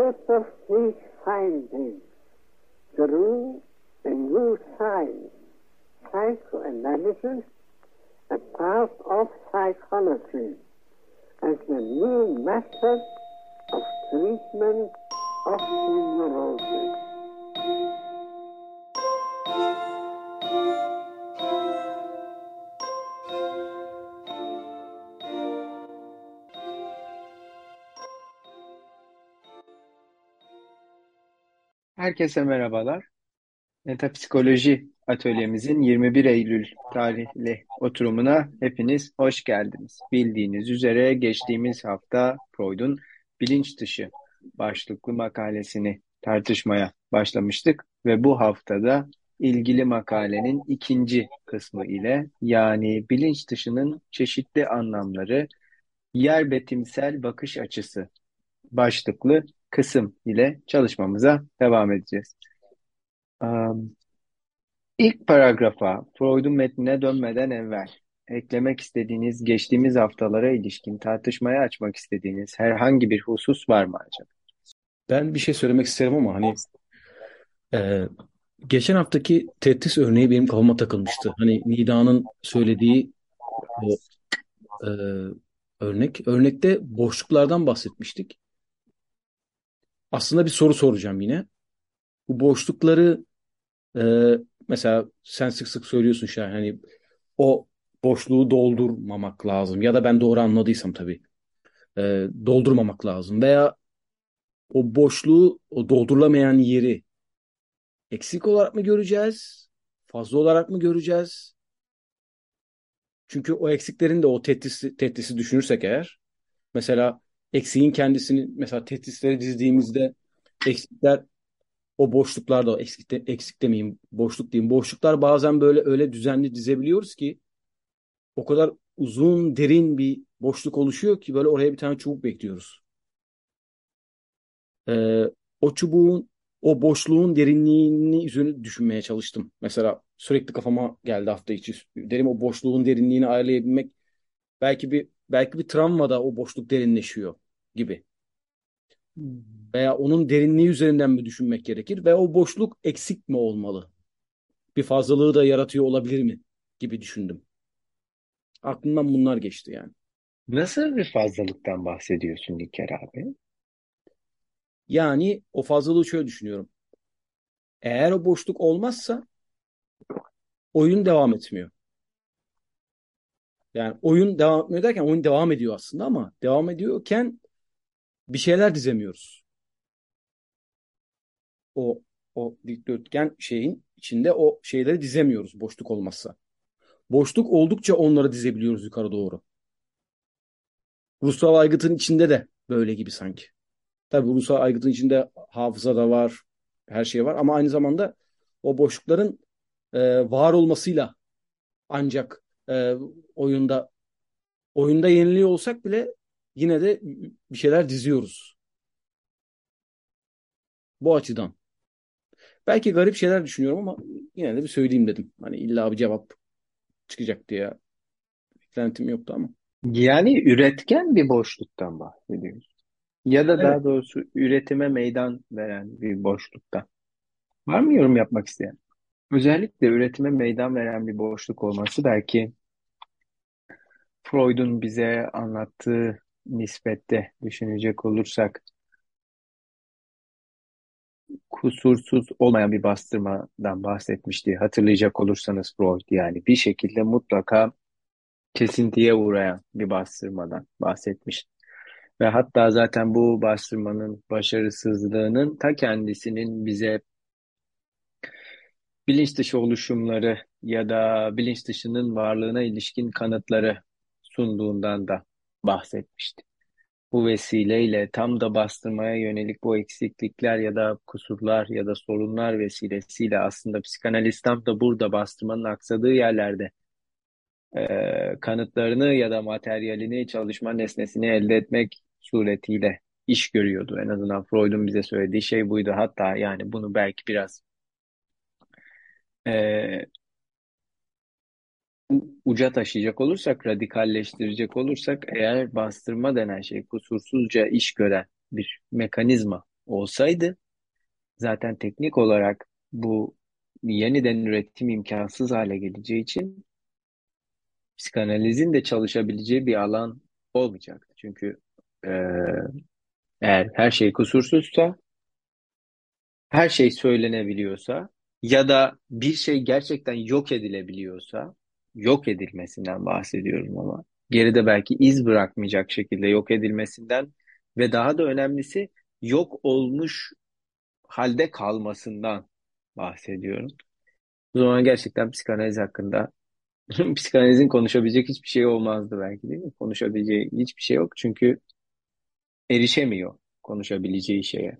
both of these findings through a new science, psychoanalysis, a part of psychology, as the new method of treatment of neurosis. Herkese merhabalar. Metapsikoloji atölyemizin 21 Eylül tarihli oturumuna hepiniz hoş geldiniz. Bildiğiniz üzere geçtiğimiz hafta Freud'un bilinç dışı başlıklı makalesini tartışmaya başlamıştık ve bu haftada ilgili makalenin ikinci kısmı ile yani bilinç dışının çeşitli anlamları, yer betimsel bakış açısı başlıklı kısım ile çalışmamıza devam edeceğiz. Am, İlk paragrafa, Freud'un metnine dönmeden evvel eklemek istediğiniz, geçtiğimiz haftalara ilişkin tartışmaya açmak istediğiniz herhangi bir husus var mı acaba? Ben bir şey söylemek isterim ama e, geçen haftaki tetris örneği benim kafama takılmıştı. Hani Nida'nın söylediği o e, örnekte boşluklardan bahsetmiştik. Aslında bir soru soracağım yine. Bu boşlukları e, mesela sen sık sık söylüyorsun Şahin, hani o boşluğu doldurmamak lazım ya da ben doğru anladıysam tabii doldurmamak lazım veya o boşluğu, o doldurulamayan yeri eksik olarak mı göreceğiz? Fazla olarak mı göreceğiz? Çünkü o eksiklerin de o tetrisi düşünürsek eğer, mesela eksiğin kendisini, mesela tetrisleri dizdiğimizde eksikler, o boşluklarda, eksik demeyeyim, boşluk diyeyim. Boşluklar bazen böyle öyle düzenli dizebiliyoruz ki o kadar uzun, derin bir boşluk oluşuyor ki böyle oraya bir tane çubuk bekliyoruz. Ee, o çubuğun, o boşluğun derinliğini üzerine düşünmeye çalıştım. Mesela sürekli kafama geldi hafta içi. Derim o boşluğun derinliğini ayarlayabilmek, belki bir travmada o boşluk derinleşiyor gibi. Veya onun derinliği üzerinden mi düşünmek gerekir ve o boşluk eksik mi olmalı? Bir fazlalığı da yaratıyor olabilir mi gibi düşündüm. Aklımdan bunlar geçti yani. Nasıl bir fazlalıktan bahsediyorsun İlker abi? Yani o fazlalığı şöyle düşünüyorum. Eğer o boşluk olmazsa oyun devam etmiyor. Yani oyun devam etmiyor derken oyun devam ediyor aslında ama devam ediyorken bir şeyler dizemiyoruz. O o dikdörtgen şeyin içinde o şeyleri dizemiyoruz boşluk olmazsa. Boşluk oldukça onları dizebiliyoruz yukarı doğru. Ruhsal aygıtın içinde de böyle gibi sanki. Tabii ruhsal aygıtın içinde hafıza da var, her şey var ama aynı zamanda o boşlukların var olmasıyla ancak oyunda oyunda yeniliyor olsak bile yine de bir şeyler diziyoruz bu açıdan. Belki garip şeyler düşünüyorum ama yine de bir söyleyeyim dedim. Hani illa bir cevap çıkacak diye beklentim yoktu ama. Yani üretken bir boşluktan bahsediyoruz. Ya da Evet. daha doğrusu üretime meydan veren bir boşluktan. Var mı yorum yapmak isteyen? Özellikle üretime meydan veren bir boşluk olması belki Freud'un bize anlattığı nispette düşünecek olursak kusursuz olmayan bir bastırmadan bahsetmişti. Hatırlayacak olursanız Freud yani bir şekilde mutlaka kesintiye uğrayan bir bastırmadan bahsetmiş. Ve hatta zaten bu bastırmanın başarısızlığının ta kendisinin bize bilinç dışı oluşumları ya da bilinç dışının varlığına ilişkin kanıtları sunduğundan da bahsetmişti. Bu vesileyle tam da bastırmaya yönelik bu eksiklikler ya da kusurlar ya da sorunlar vesilesiyle aslında psikanaliz tam da burada bastırmanın aksadığı yerlerde kanıtlarını ya da materyalini çalışma nesnesini elde etmek suretiyle iş görüyordu. En azından Freud'un bize söylediği şey buydu. Hatta yani bunu belki biraz e, uca taşıyacak olursak, radikalleştirecek olursak eğer bastırma denen şey kusursuzca iş gören bir mekanizma olsaydı zaten teknik olarak bu yeniden üretim imkansız hale geleceği için psikanalizin de çalışabileceği bir alan olmayacaktı. Çünkü e, eğer her şey kusursuzsa, her şey söylenebiliyorsa ya da bir şey gerçekten yok edilebiliyorsa, yok edilmesinden bahsediyorum ama geride belki iz bırakmayacak şekilde yok edilmesinden ve daha da önemlisi yok olmuş halde kalmasından bahsediyorum. O zaman gerçekten psikanaliz hakkında psikanalizin konuşabilecek hiçbir şey olmazdı belki, değil mi? Konuşabileceği hiçbir şey yok çünkü erişemiyor konuşabileceği şeye.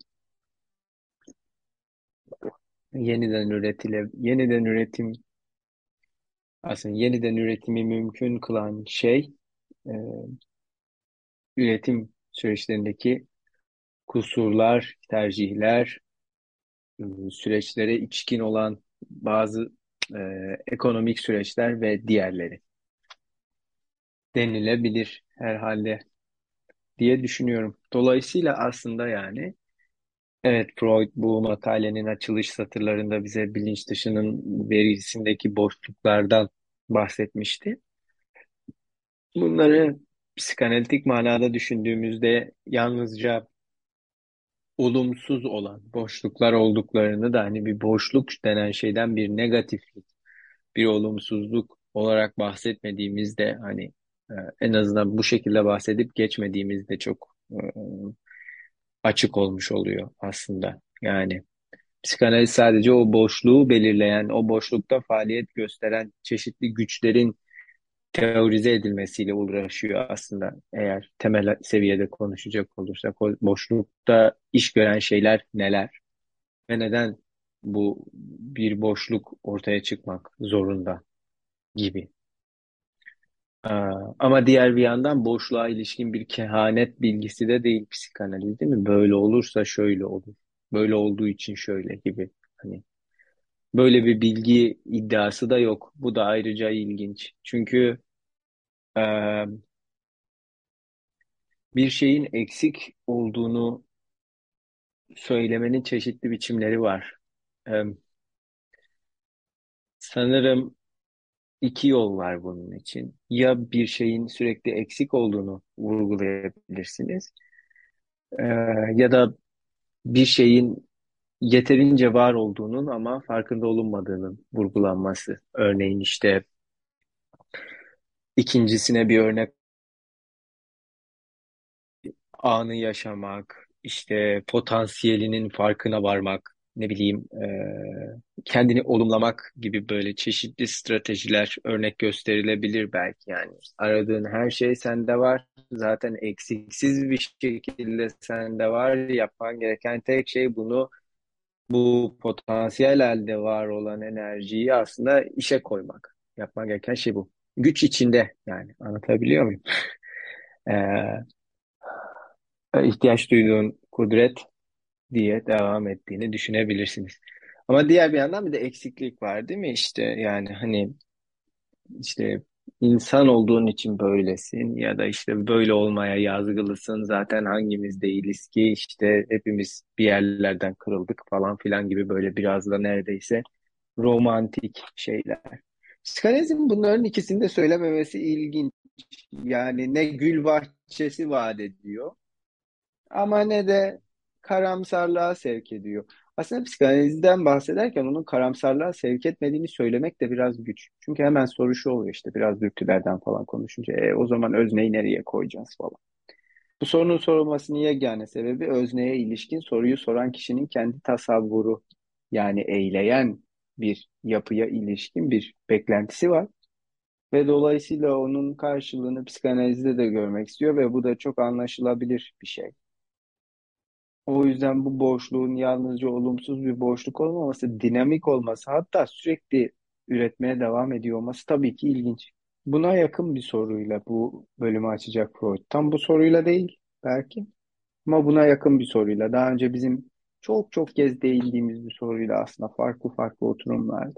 Yeniden üretim aslında yeniden üretimi mümkün kılan şey e, üretim süreçlerindeki kusurlar, tercihler, süreçlere içkin olan bazı e, ekonomik süreçler ve diğerleri denilebilir herhalde diye düşünüyorum. Dolayısıyla aslında yani evet, Freud bu makalenin açılış satırlarında bize bilinç dışının verisindeki boşluklardan bahsetmişti. Bunları psikanalitik manada düşündüğümüzde yalnızca olumsuz olan boşluklar olduklarını da hani bir boşluk denen şeyden bir negatiflik, bir olumsuzluk olarak bahsetmediğimizde hani en azından bu şekilde bahsedip geçmediğimizde çok açık olmuş oluyor aslında. Yani psikanaliz sadece o boşluğu belirleyen, o boşlukta faaliyet gösteren çeşitli güçlerin teorize edilmesiyle uğraşıyor aslında. Eğer temel seviyede konuşacak olursak, o boşlukta iş gören şeyler neler ve neden bu bir boşluk ortaya çıkmak zorunda gibi. Ama diğer bir yandan boşluğa ilişkin bir kehanet bilgisi de değil psikanaliz, değil mi? Böyle olursa şöyle olur. Böyle olduğu için şöyle gibi. Hani böyle bir bilgi iddiası da yok. Bu da ayrıca ilginç. Çünkü e, bir şeyin eksik olduğunu söylemenin çeşitli biçimleri var. E, sanırım iki yol var bunun için. Ya bir şeyin sürekli eksik olduğunu vurgulayabilirsiniz, e, ya da bir şeyin yeterince var olduğunun ama farkında olunmadığının vurgulanması. Örneğin işte ikincisine bir örnek, anı yaşamak, işte potansiyelinin farkına varmak, ne bileyim kendini olumlamak gibi böyle çeşitli stratejiler örnek gösterilebilir belki yani. Aradığın her şey sende var. Zaten eksiksiz bir şekilde sende var. Yapman gereken tek şey bunu, bu potansiyel halde var olan enerjiyi aslında işe koymak. Yapman gereken şey bu. Güç içinde yani, anlatabiliyor muyum? Ee, ihtiyaç duyduğun kudret diye devam ettiğini düşünebilirsiniz. Ama diğer bir yandan bir de eksiklik var, değil mi? İşte yani hani işte insan olduğun için böylesin ya da işte böyle olmaya yazgılısın. Zaten hangimiz değiliz ki, işte hepimiz bir yerlerden kırıldık falan filan gibi böyle biraz da neredeyse romantik şeyler. Psikanalizm bunların ikisini de söylememesi ilginç. Yani ne gül bahçesi vaat ediyor ama ne de karamsarlığa sevk ediyor. Aslında psikanalizden bahsederken onun karamsarlığa sevk etmediğini söylemek de biraz güç. Çünkü hemen soru şu oluyor, işte biraz dürtülerden falan konuşunca. O zaman özneyi nereye koyacağız falan. Bu sorunun sorulmasının yegane sebebi özneye ilişkin soruyu soran kişinin kendi tasavvuru, yani eyleyen bir yapıya ilişkin bir beklentisi var. Ve dolayısıyla onun karşılığını psikanalizde de görmek istiyor ve bu da çok anlaşılabilir bir şey. O yüzden bu boşluğun yalnızca olumsuz bir boşluk olmaması, dinamik olması, hatta sürekli üretmeye devam ediyor olması tabii ki ilginç. Buna yakın bir soruyla bu bölümü açacak Freud. Tam bu soruyla değil belki, ama buna yakın bir soruyla. Daha önce bizim çok çok kez değindiğimiz bir soruyla aslında farklı farklı oturumlarda.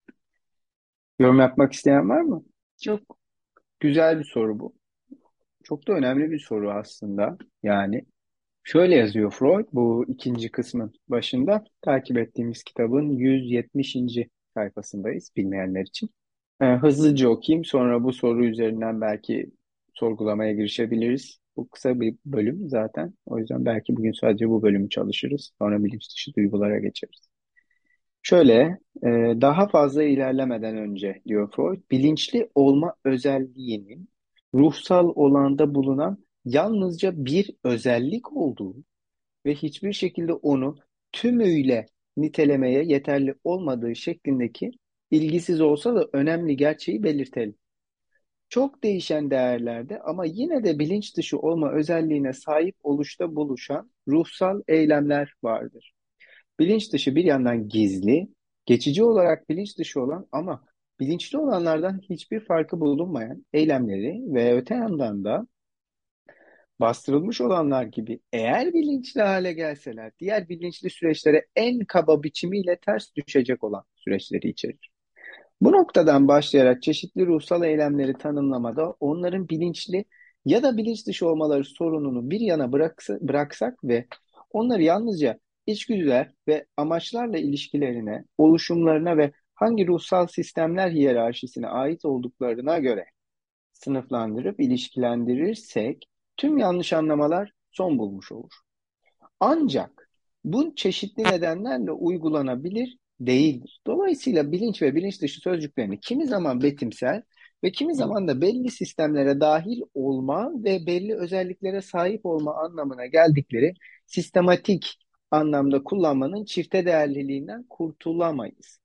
Yorum yapmak isteyen var mı? Çok güzel bir soru bu. Çok da önemli bir soru aslında. Yani. Şöyle yazıyor Freud bu ikinci kısmın başında. Takip ettiğimiz kitabın 170. sayfasındayız bilmeyenler için. Hızlıca okuyayım, sonra bu soru üzerinden belki sorgulamaya girişebiliriz. Bu kısa bir bölüm zaten. O yüzden belki bugün sadece bu bölümü çalışırız. Sonra bilinç dışı duygulara geçeriz. Şöyle, e, daha fazla ilerlemeden önce diyor Freud, bilinçli olma özelliğinin ruhsal olanda bulunan yalnızca bir özellik olduğu ve hiçbir şekilde onu tümüyle nitelemeye yeterli olmadığı şeklindeki ilgisiz olsa da önemli gerçeği belirtelim. Çok değişen değerlerde ama yine de bilinç dışı olma özelliğine sahip oluşta buluşan ruhsal eylemler vardır. Bilinç dışı bir yandan gizli, geçici olarak bilinç dışı olan ama bilinçli olanlardan hiçbir farkı bulunmayan eylemleri ve öte yandan da bastırılmış olanlar gibi eğer bilinçli hale gelseler diğer bilinçli süreçlere en kaba biçimiyle ters düşecek olan süreçleri içerir. Bu noktadan başlayarak çeşitli ruhsal eylemleri tanımlamada onların bilinçli ya da bilinç dışı olmaları sorununu bir yana bıraksak ve onları yalnızca içgüdüler ve amaçlarla ilişkilerine, oluşumlarına ve hangi ruhsal sistemler hiyerarşisine ait olduklarına göre sınıflandırıp ilişkilendirirsek tüm yanlış anlamalar son bulmuş olur. Ancak bu çeşitli nedenlerle uygulanabilir değildir. Dolayısıyla bilinç ve bilinç dışı sözcüklerini kimi zaman betimsel ve kimi zaman da belli sistemlere dahil olma ve belli özelliklere sahip olma anlamına geldikleri sistematik anlamda kullanmanın çifte değerliliğinden kurtulamayız.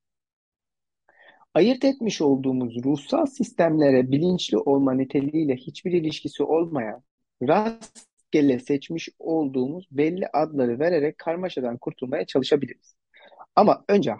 Ayırt etmiş olduğumuz ruhsal sistemlere bilinçli olma niteliğiyle hiçbir ilişkisi olmayan, rastgele seçmiş olduğumuz belli adları vererek karmaşadan kurtulmaya çalışabiliriz. Ama önce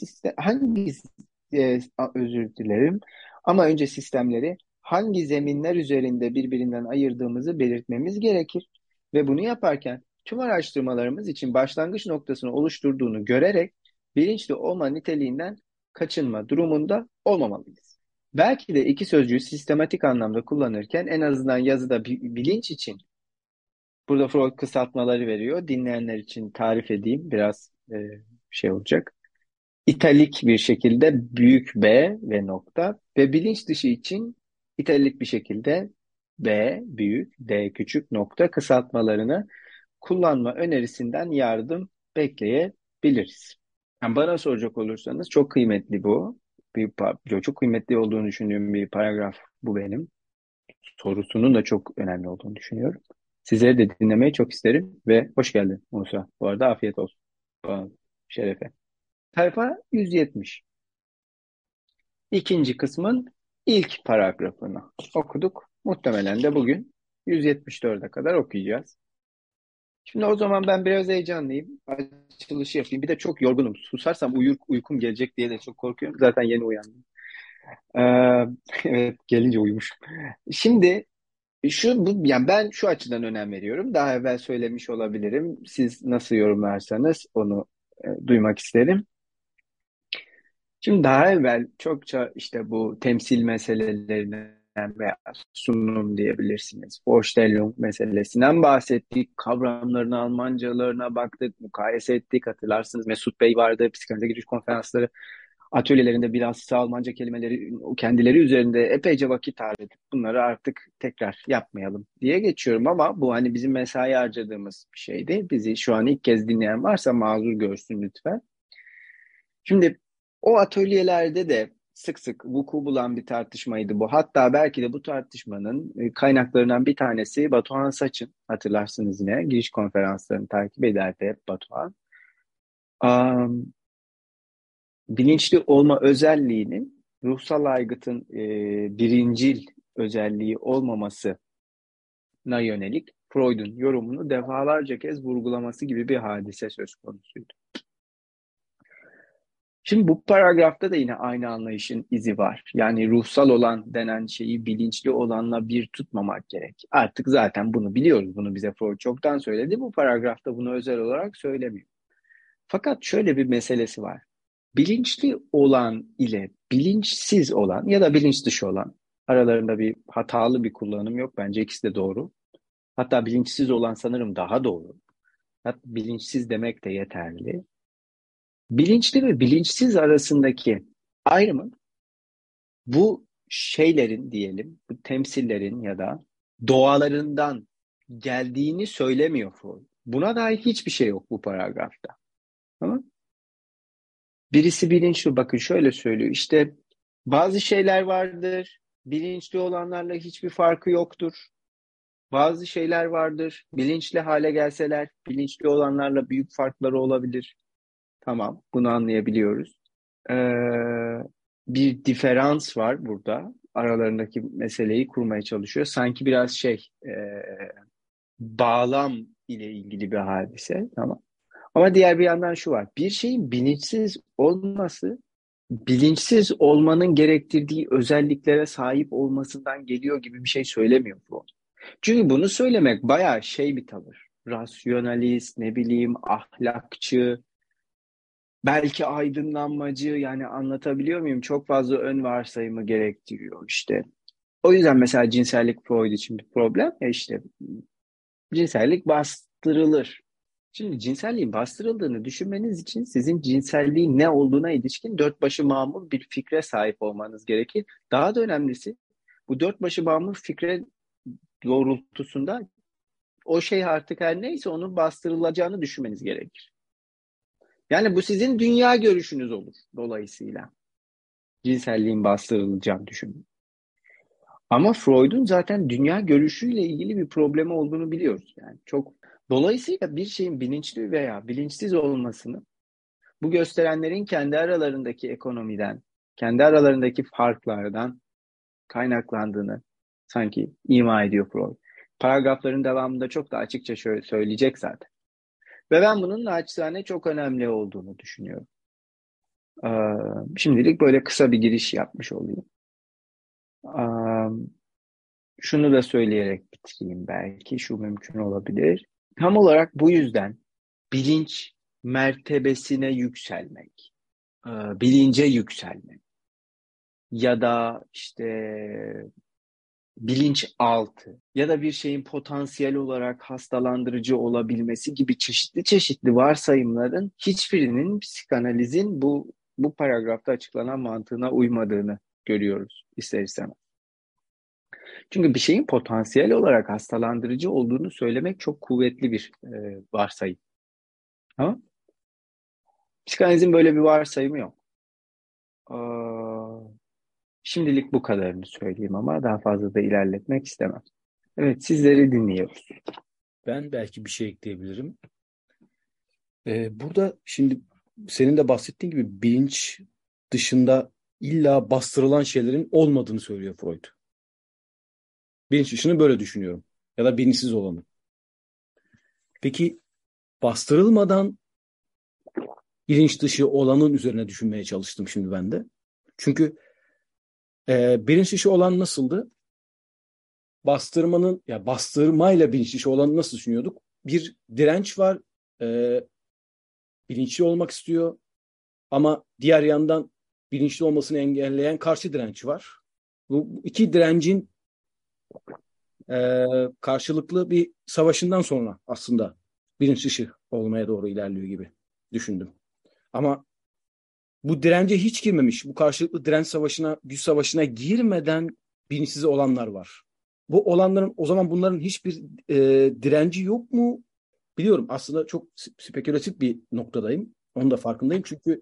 özür dilerim. Ama önce sistemleri hangi zeminler üzerinde birbirinden ayırdığımızı belirtmemiz gerekir. Ve bunu yaparken tüm araştırmalarımız için başlangıç noktasını oluşturduğunu görerek bilinçli olma niteliğinden kaçınma durumunda olmamalıyız. Belki de iki sözcüğü sistematik anlamda kullanırken en azından yazıda bilinç için burada Freud kısaltmaları veriyor. Dinleyenler için tarif edeyim. Biraz şey olacak. İtalik bir şekilde büyük B ve nokta ve bilinç dışı için italik bir şekilde B büyük, D küçük nokta kısaltmalarını kullanma önerisinden yardım bekleyebiliriz. Yani bana soracak olursanız çok kıymetli bu. Çok kıymetli olduğunu düşündüğüm bir paragraf bu benim. Sorusunun da çok önemli olduğunu düşünüyorum. Sizleri de dinlemeyi çok isterim ve hoş geldin Musa. Bu arada afiyet olsun. Bana şerefe. Sayfa 170. İkinci kısmın ilk paragrafını okuduk. Muhtemelen de bugün 174'e kadar okuyacağız. Şimdi o zaman ben biraz heyecanlıyım. Açılışı yapayım. Bir de çok yorgunum. Susarsam uykum gelecek diye de çok korkuyorum. Zaten yeni uyandım. Ee, evet gelince uyumuşum. Şimdi yani ben şu açıdan önem veriyorum. Daha evvel söylemiş olabilirim. Siz nasıl yorumlarsanız onu duymak isterim. Şimdi daha evvel çokça işte bu temsil meselelerinden veya sunum diyebilirsiniz. Vorstellung meselesinden bahsettik. Kavramların Almancalarına baktık, mukayese ettik. Hatırlarsınız Mesut Bey vardı, psikanalize giriş konferansları atölyelerinde bilhassa Almanca kelimeleri kendileri üzerinde epeyce vakit harcadık. Bunları artık tekrar yapmayalım diye geçiyorum ama bu hani bizim mesai harcadığımız bir şeydi. Bizi şu an ilk kez dinleyen varsa mazur görsün lütfen. Şimdi o atölyelerde de sık sık vuku bulan bir tartışmaydı bu. Hatta belki de bu tartışmanın kaynaklarından bir tanesi Batuhan Saçın. Hatırlarsınız yine giriş konferanslarını takip ederdi hep Batuhan. Bilinçli olma özelliğinin ruhsal aygıtın birincil özelliği olmamasına yönelik Freud'un yorumunu defalarca kez vurgulaması gibi bir hadise söz konusuydu. Şimdi bu paragrafta da yine aynı anlayışın izi var. Yani ruhsal olan denen şeyi bilinçli olanla bir tutmamak gerek. Artık zaten bunu biliyoruz. Bunu bize Freud çoktan söyledi. Bu paragrafta bunu özel olarak söylemiyor. Fakat şöyle bir meselesi var. Bilinçli olan ile bilinçsiz olan ya da bilinç dışı olan aralarında bir hatalı bir kullanım yok. Bence ikisi de doğru. Hatta bilinçsiz olan sanırım daha doğru. Hatta bilinçsiz demek de yeterli. Bilinçli ve bilinçsiz arasındaki ayrımı bu şeylerin diyelim, bu temsillerin ya da doğalarından geldiğini söylemiyor Freud. Buna dair hiçbir şey yok bu paragrafta. Ama birisi bilinçli, bakın şöyle söylüyor. İşte bazı şeyler vardır, bilinçli olanlarla hiçbir farkı yoktur. Bazı şeyler vardır, bilinçli hale gelseler, bilinçli olanlarla büyük farkları olabilir. Tamam, bunu anlayabiliyoruz. Ee, bir diferans var burada. Aralarındaki meseleyi kurmaya çalışıyor. Sanki biraz bağlam ile ilgili bir hadise. Tamam. Ama diğer bir yandan şu var. Bir şeyin bilinçsiz olması, bilinçsiz olmanın gerektirdiği özelliklere sahip olmasından geliyor gibi bir şey söylemiyor bu. Çünkü bunu söylemek bayağı bir tavır. Rasyonalist, ne bileyim, ahlakçı, belki aydınlanmacı, yani anlatabiliyor muyum? Çok fazla ön varsayımı gerektiriyor işte. O yüzden mesela cinsellik Freud için bir problem ya, işte cinsellik bastırılır. Şimdi cinselliğin bastırıldığını düşünmeniz için sizin cinselliğin ne olduğuna ilişkin dört başı mamur bir fikre sahip olmanız gerekir. Daha da önemlisi, bu dört başı mamur fikre doğrultusunda o şey artık her neyse onun bastırılacağını düşünmeniz gerekir. Yani bu sizin dünya görüşünüz olur dolayısıyla. Cinselliğin bastırılacağını düşünün. Ama Freud'un zaten dünya görüşüyle ilgili bir problemi olduğunu biliyoruz. Yani çok, dolayısıyla bir şeyin bilinçli veya bilinçsiz olmasını bu gösterenlerin kendi aralarındaki ekonomiden, kendi aralarındaki farklardan kaynaklandığını sanki ima ediyor Freud. Paragrafların devamında çok da açıkça şöyle söyleyecek zaten. Ve ben bunun naçizane çok önemli olduğunu düşünüyorum. Şimdilik böyle kısa bir giriş yapmış olayım. Şunu da söyleyerek bitireyim, belki şu mümkün olabilir. Tam olarak bu yüzden bilinç mertebesine yükselmek, bilince yükselmek ya da işte bilinçaltı ya da bir şeyin potansiyel olarak hastalandırıcı olabilmesi gibi çeşitli çeşitli varsayımların hiçbirinin psikanalizin bu paragrafta açıklanan mantığına uymadığını görüyoruz ister istemez. Çünkü bir şeyin potansiyel olarak hastalandırıcı olduğunu söylemek çok kuvvetli bir varsayım. Ama psikanalizin böyle bir varsayımı yok. Şimdilik bu kadarını söyleyeyim ama daha fazla da ilerletmek istemem. Evet, sizleri dinliyoruz. Ben belki bir şey ekleyebilirim. Burada şimdi senin de bahsettiğin gibi bilinç dışında illa bastırılan şeylerin olmadığını söylüyor Freud. Bilinç dışını böyle düşünüyorum. Ya da bilinçsiz olanı. Peki bastırılmadan bilinç dışı olanın üzerine düşünmeye çalıştım şimdi ben de. Çünkü bilinç dışı olan nasıldı? Bastırmayla bilinç dışı olanı nasıl düşünüyorduk? Bir direnç var. Bilinçli olmak istiyor. Ama diğer yandan bilinçli olmasını engelleyen karşı direnç var. Bu iki direncin karşılıklı bir savaşından sonra aslında bilinç dışı olmaya doğru ilerliyor gibi düşündüm. Ama bu dirence hiç girmemiş, bu karşılıklı direnç savaşına, güç savaşına girmeden bilinçsiz olanlar var. Bu olanların, o zaman bunların hiçbir direnci yok mu? Biliyorum, aslında çok spekülatif bir noktadayım. Onun da farkındayım çünkü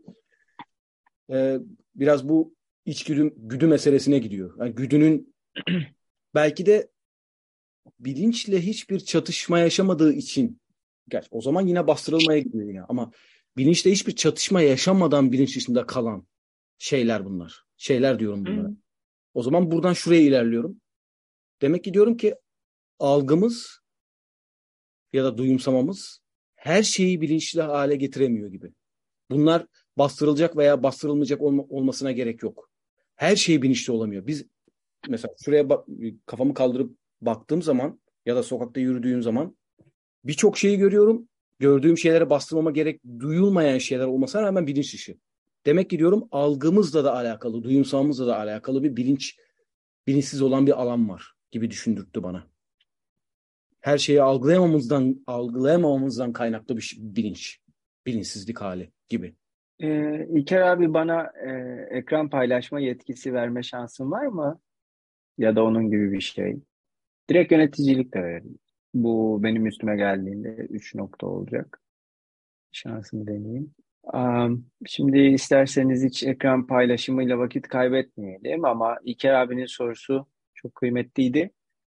biraz bu güdü meselesine gidiyor. Yani güdünün belki de bilinçle hiçbir çatışma yaşamadığı için, gerçi o zaman yine bastırılmaya gidiyor yine, ama bilinçle hiçbir çatışma yaşamadan bilinç dışında kalan şeyler bunlar. Şeyler diyorum bunlara. O zaman buradan şuraya ilerliyorum. Demek ki diyorum ki algımız ya da duyumsamamız her şeyi bilinçli hale getiremiyor gibi. Bunlar bastırılacak veya bastırılmayacak olmasına gerek yok. Her şey bilinçli olamıyor. Biz mesela şuraya kafamı kaldırıp baktığım zaman ya da sokakta yürüdüğüm zaman birçok şeyi görüyorum. Gördüğüm şeylere bastırmama gerek duyulmayan şeyler olmasına rağmen bilinç dışı. Demek ki diyorum algımızla da alakalı, duyumsamamızla da alakalı bir bilinçsiz olan bir alan var gibi düşündürttü bana. her şeyi algılayamamamızdan kaynaklı bir bilinçsizlik hali gibi. İlker abi bana ekran paylaşma yetkisi verme şansın var mı? Ya da onun gibi bir şey. Direkt yöneticilik de verelim. Bu benim üstüme geldiğinde 3 nokta olacak. Şansımı deneyeyim. Şimdi isterseniz hiç ekran paylaşımıyla vakit kaybetmeyelim ama İlker abinin sorusu çok kıymetliydi.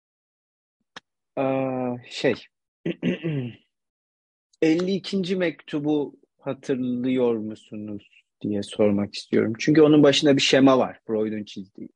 Şey 52. mektubu hatırlıyor musunuz diye sormak istiyorum. Çünkü onun başında bir şema var Freud'un çizdiği.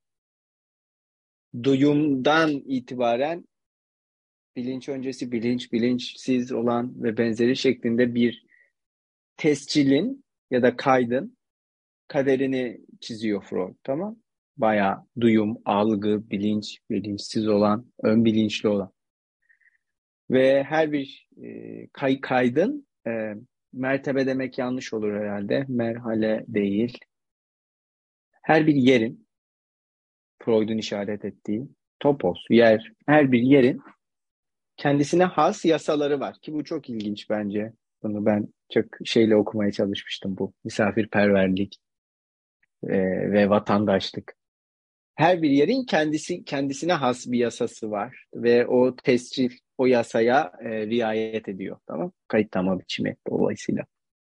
Duyumdan itibaren bilinç öncesi, bilinç, bilinçsiz olan ve benzeri şeklinde bir tescilin ya da kaydın kaderini çiziyor Freud, tamam? Bayağı duyum, algı, bilinç, bilinçsiz olan, ön bilinçli olan. Ve her bir kaydın mertebe demek yanlış olur herhalde. Merhale değil. Her bir yerin, Freud'un işaret ettiği topos, yer, her bir yerin kendisine has yasaları var. Ki bu çok ilginç bence. Bunu ben çok şeyle okumaya çalışmıştım bu. Misafirperverlik ve vatandaşlık. Her bir yerin kendisine has bir yasası var ve o tescil o yasaya riayet ediyor, tamam? Kayıtlama biçimi dolayısıyla.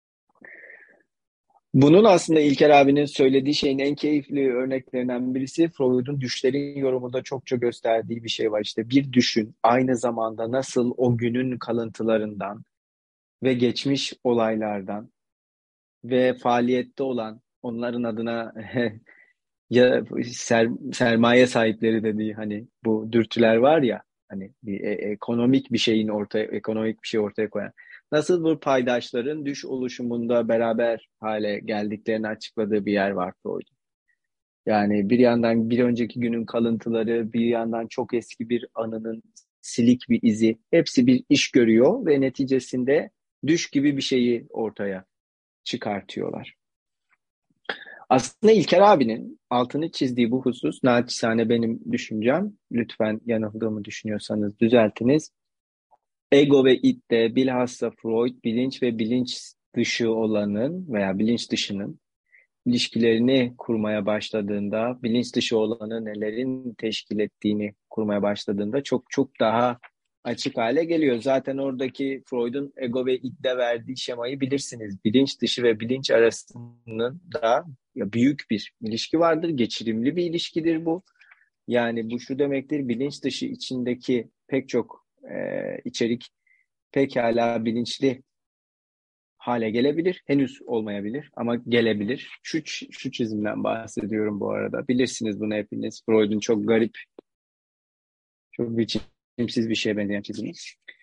Bunun aslında İlker abinin söylediği şeyin en keyifli örneklerinden birisi Freud'un düşlerin yorumunda çokça gösterdiği bir şey var. İşte bir düşün aynı zamanda nasıl o günün kalıntılarından ve geçmiş olaylardan ve faaliyette olan onların adına ya sermaye sahipleri dediği hani bu dürtüler var ya hani bir ekonomik bir şey ortaya koyan. Nasıl bu paydaşların düş oluşumunda beraber hale geldiklerini açıkladığı bir yer var Freud'un. Yani bir yandan bir önceki günün kalıntıları, bir yandan çok eski bir anının silik bir izi, hepsi bir iş görüyor ve neticesinde düş gibi bir şeyi ortaya çıkartıyorlar. Aslında İlker abinin altını çizdiği bu husus, naçizane benim düşüncem, lütfen yanıldığımı düşünüyorsanız düzeltiniz. Ego ve idde bilhassa Freud bilinç ve bilinç dışı olanın veya bilinç dışının ilişkilerini kurmaya başladığında, bilinç dışı olanı nelerin teşkil ettiğini kurmaya başladığında çok çok daha açık hale geliyor. Zaten oradaki Freud'un ego ve idde verdiği şemayı bilirsiniz. Bilinç dışı ve bilinç arasında da büyük bir ilişki vardır. Geçirimli bir ilişkidir bu. Yani bu şu demektir, bilinç dışı içindeki pek çok içerik pekala bilinçli hale gelebilir. Henüz olmayabilir ama gelebilir. Şu çizimden bahsediyorum bu arada. Bilirsiniz bunu hepiniz. Freud'un çok garip, çok biçimsiz bir şeye benzeyen çizimi.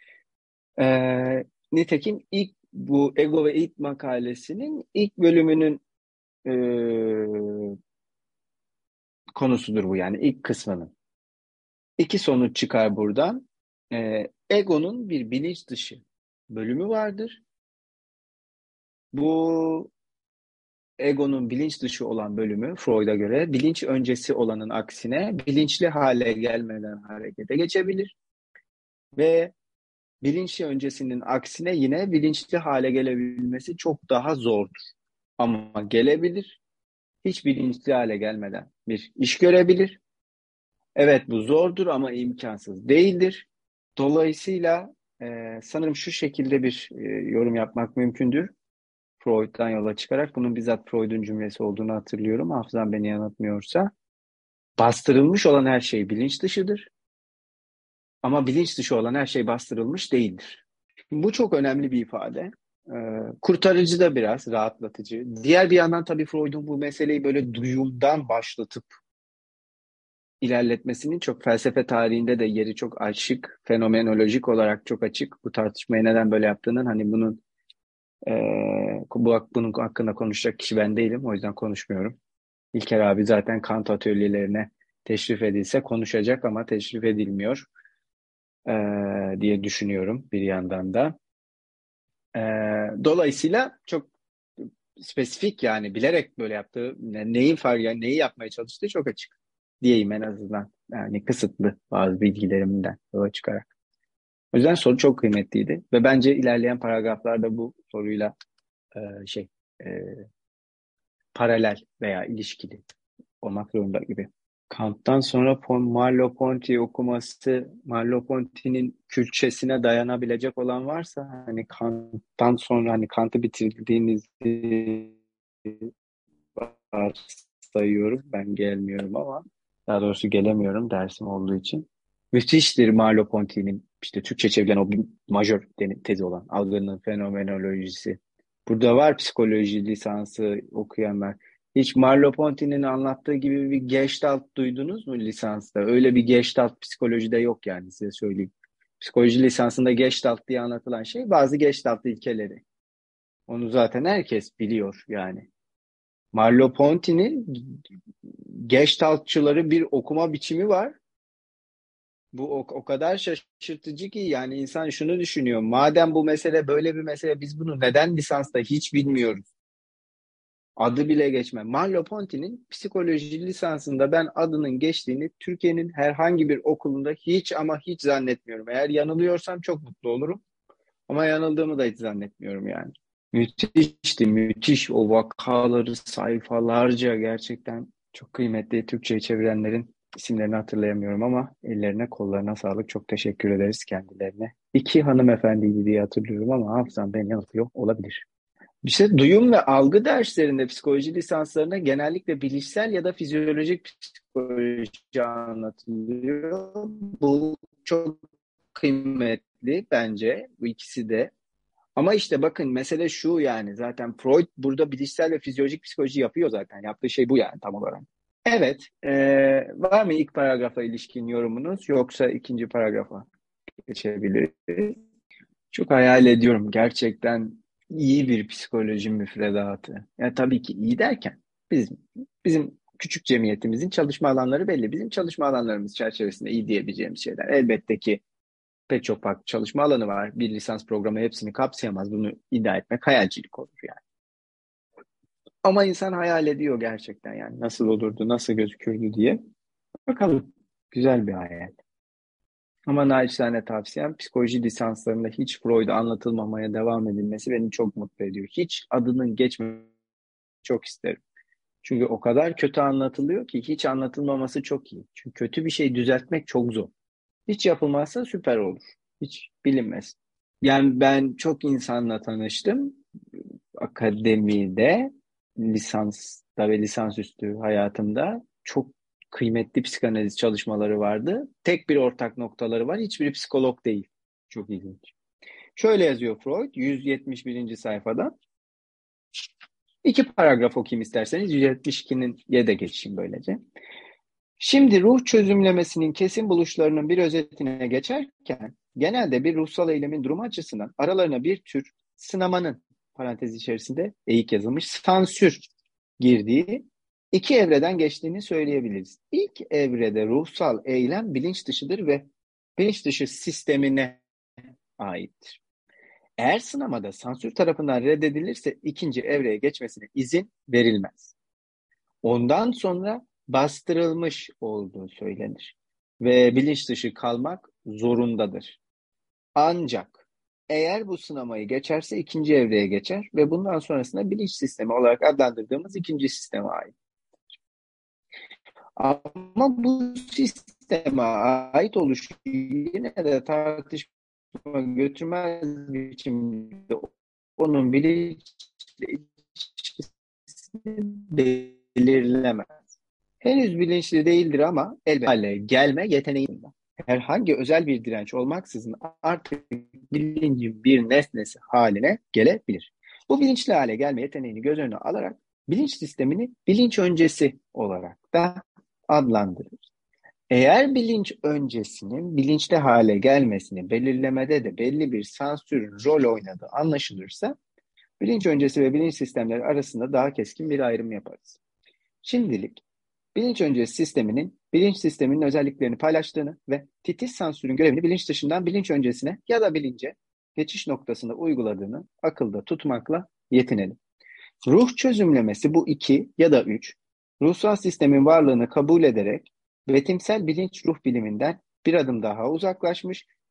Nitekim ilk bu Ego ve İd makalesinin ilk bölümünün e, konusudur bu, yani ilk kısmının. İki sonuç çıkar buradan. Ego'nun bir bilinç dışı bölümü vardır. Bu egonun bilinç dışı olan bölümü Freud'a göre bilinç öncesi olanın aksine bilinçli hale gelmeden harekete geçebilir ve bilinçli öncesinin aksine yine bilinçli hale gelebilmesi çok daha zordur. Ama gelebilir, hiç bilinçli hale gelmeden bir iş görebilir. Evet, bu zordur ama imkansız değildir. Dolayısıyla sanırım şu şekilde bir yorum yapmak mümkündür. Freud'dan yola çıkarak, bunun bizzat Freud'un cümlesi olduğunu hatırlıyorum. Hafızam beni yanıltmıyorsa. Bastırılmış olan her şey bilinç dışıdır. Ama bilinç dışı olan her şey bastırılmış değildir. Bu çok önemli bir ifade. Kurtarıcı da biraz, rahatlatıcı. Diğer bir yandan tabii Freud'un bu meseleyi böyle duyumdan başlatıp ilerletmesinin çok felsefe tarihinde de yeri çok açık. Fenomenolojik olarak çok açık. Bu tartışmayı neden böyle yaptığının, hani bunun bunun hakkında konuşacak kişi ben değilim. O yüzden konuşmuyorum. İlker abi zaten Kant atölyelerine teşrif edilse konuşacak ama teşrif edilmiyor diye düşünüyorum bir yandan da. Dolayısıyla çok spesifik, yani bilerek böyle yaptığı, yani neyi yapmaya çalıştığı çok açık diyeyim en azından. Yani kısıtlı bazı bilgilerimden yola çıkarak. O yüzden soru çok kıymetliydi ve bence ilerleyen paragraflarda bu soruyla e, şey e, paralel veya ilişkili olmak zorunda gibi. Kant'tan sonra Merleau-Ponty okuması, Merleau-Ponty'nin külçesine dayanabilecek olan varsa hani Kant'tan sonra hani Kant'ı bitirdiğinizi varsayıyorum. Ben gelmiyorum ama daha doğrusu gelemiyorum dersim olduğu için. Müthiştir Merleau-Ponty'nin işte Türkçe çevrilen o bir majör tezi olan algının fenomenolojisi. Burada var psikoloji lisansı okuyanlar. Hiç Merleau-Ponty'nin anlattığı gibi bir Gestalt duydunuz mu lisansta? Öyle bir Gestalt psikolojide yok yani size söyleyeyim. Psikoloji lisansında Gestalt diye anlatılan şey bazı Gestalt ilkeleri. Onu zaten herkes biliyor yani. Merleau-Ponty'nin Gestaltçıları bir okuma biçimi var. Bu o kadar şaşırtıcı ki yani insan şunu düşünüyor. Madem bu mesele böyle bir mesele biz bunu neden lisansta hiç bilmiyoruz? Adı bile geçme. Merleau-Ponty'nin psikoloji lisansında ben adının geçtiğini Türkiye'nin herhangi bir okulunda hiç ama hiç zannetmiyorum. Eğer yanılıyorsam çok mutlu olurum. Ama yanıldığımı da hiç zannetmiyorum yani. Müthişti, müthiş o vakaları sayfalarca gerçekten çok kıymetli Türkçe'ye çevirenlerin isimlerini hatırlayamıyorum ama ellerine kollarına sağlık. Çok teşekkür ederiz kendilerine. İki hanımefendiydi diye hatırlıyorum ama hafızam beni yanıltıyor olabilir. İşte duyum ve algı derslerinde psikoloji lisanslarında genellikle bilişsel ya da fizyolojik psikoloji anlatılıyor. Bu çok kıymetli bence bu ikisi de. Ama işte bakın mesele şu yani zaten Freud burada bilişsel ve fizyolojik psikoloji yapıyor zaten. Yaptığı şey bu yani tam olarak. Evet. Var mı ilk paragrafa ilişkin yorumunuz yoksa ikinci paragrafa geçebiliriz? Çok hayal ediyorum gerçekten iyi bir psikoloji müfredatı. Ya tabii ki iyi derken bizim küçük cemiyetimizin çalışma alanları belli. Bizim çalışma alanlarımız çerçevesinde iyi diyebileceğimiz şeyler. Elbette ki pek çok farklı çalışma alanı var. Bir lisans programı hepsini kapsayamaz. Bunu iddia etmek hayalcilik olur yani. Ama insan hayal ediyor gerçekten yani nasıl olurdu, nasıl gözükürdü diye. Bakalım. Güzel bir hayal. Ama naçizane tavsiyem psikoloji lisanslarında hiç Freud'a anlatılmamaya devam edilmesi beni çok mutlu ediyor. Hiç adının geçmesini çok isterim. Çünkü o kadar kötü anlatılıyor ki hiç anlatılmaması çok iyi. Çünkü kötü bir şey düzeltmek çok zor. Hiç yapılmazsa süper olur. Hiç bilinmez. Yani ben çok insanla tanıştım. Akademide, lisansta ve lisansüstü hayatımda çok kıymetli psikanaliz çalışmaları vardı. Tek bir ortak noktaları var. Hiçbiri psikolog değil. Çok ilginç. Şöyle yazıyor Freud 171. sayfada. İki paragraf okuyayım isterseniz. 172'nin ye de geçeyim böylece. Şimdi ruh çözümlemesinin kesin buluşlarının bir özetine geçerken genelde bir ruhsal eylemin durumu açısından aralarına bir tür sınamanın parantez içerisinde eğik yazılmış sansür girdiği iki evreden geçtiğini söyleyebiliriz. İlk evrede ruhsal eylem bilinç dışıdır ve bilinç dışı sistemine aittir. Eğer sınamada sansür tarafından reddedilirse ikinci evreye geçmesine izin verilmez. Ondan sonra bastırılmış olduğu söylenir ve bilinç dışı kalmak zorundadır. Ancak eğer bu sınamayı geçerse ikinci evreye geçer ve bundan sonrasında bilinç sistemi olarak adlandırdığımız ikinci sisteme ait. Ama bu sisteme ait oluşu yine de tartışma götürmez biçimde onun bilinç ilişkisini belirlemez. Henüz bilinçli değildir ama elbette hale gelme yeteneğinde. Herhangi özel bir direnç olmaksızın artık bilincin bir nesnesi haline gelebilir. Bu bilinçli hale gelme yeteneğini göz önüne alarak bilinç sistemini bilinç öncesi olarak da adlandırır. Eğer bilinç öncesinin bilinçli hale gelmesini belirlemede de belli bir sansür rol oynadığı anlaşılırsa bilinç öncesi ve bilinç sistemleri arasında daha keskin bir ayrım yaparız. Şimdilik bilinç öncesi sisteminin bilinç sisteminin özelliklerini paylaştığını ve titiz sansürün görevini bilinç dışından bilinç öncesine ya da bilince geçiş noktasında uyguladığını akılda tutmakla yetinelim. Ruh çözümlemesi bu iki ya da üç, ruhsal sistemin varlığını kabul ederek betimsel bilinç ruh biliminden bir adım daha uzaklaşmış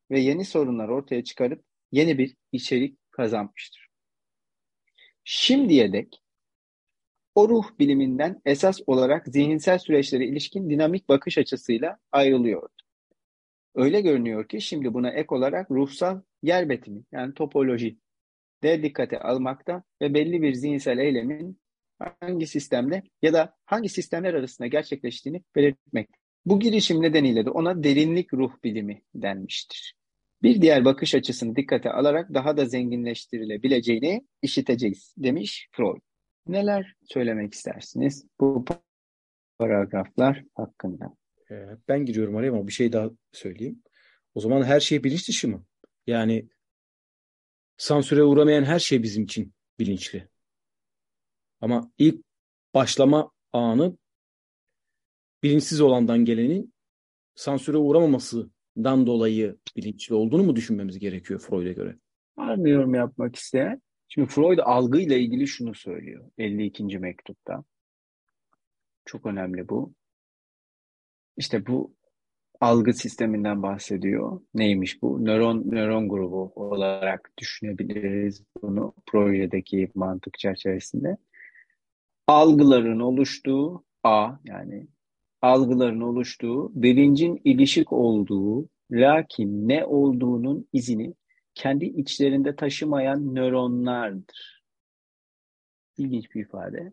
ve yeni sorunlar ortaya çıkarıp yeni bir içerik kazanmıştır. Şimdiye dek o ruh biliminden esas olarak zihinsel süreçlere ilişkin dinamik bakış açısıyla ayrılıyordu. Öyle görünüyor ki şimdi buna ek olarak ruhsal yer betimi yani topoloji de dikkate almakta ve belli bir zihinsel eylemin hangi sistemle ya da hangi sistemler arasında gerçekleştiğini belirtmek. Bu girişim nedeniyle de ona derinlik ruh bilimi denmiştir. Bir diğer bakış açısını dikkate alarak daha da zenginleştirilebileceğini işiteceğiz demiş Freud. Neler söylemek istersiniz bu paragraflar hakkında? Ben giriyorum araya ama bir şey daha söyleyeyim. O zaman her şey bilinç dışı mı? Yani sansüre uğramayan her şey bizim için bilinçli. Ama ilk başlama anı bilinçsiz olandan gelenin sansüre uğramamasından dolayı bilinçli olduğunu mu düşünmemiz gerekiyor Freud'a göre? Var mı yorum yapmak isteyen? Şimdi Freud algıyla ilgili şunu söylüyor 52. mektupta. Çok önemli bu. İşte bu algı sisteminden bahsediyor. Neymiş bu? Nöron grubu olarak düşünebiliriz bunu projedeki mantık çerçevesinde. Algıların oluştuğu yani algıların oluştuğu, bilincin ilişik olduğu, lakin ne olduğunun izini kendi içlerinde taşımayan nöronlardır. İlginç bir ifade.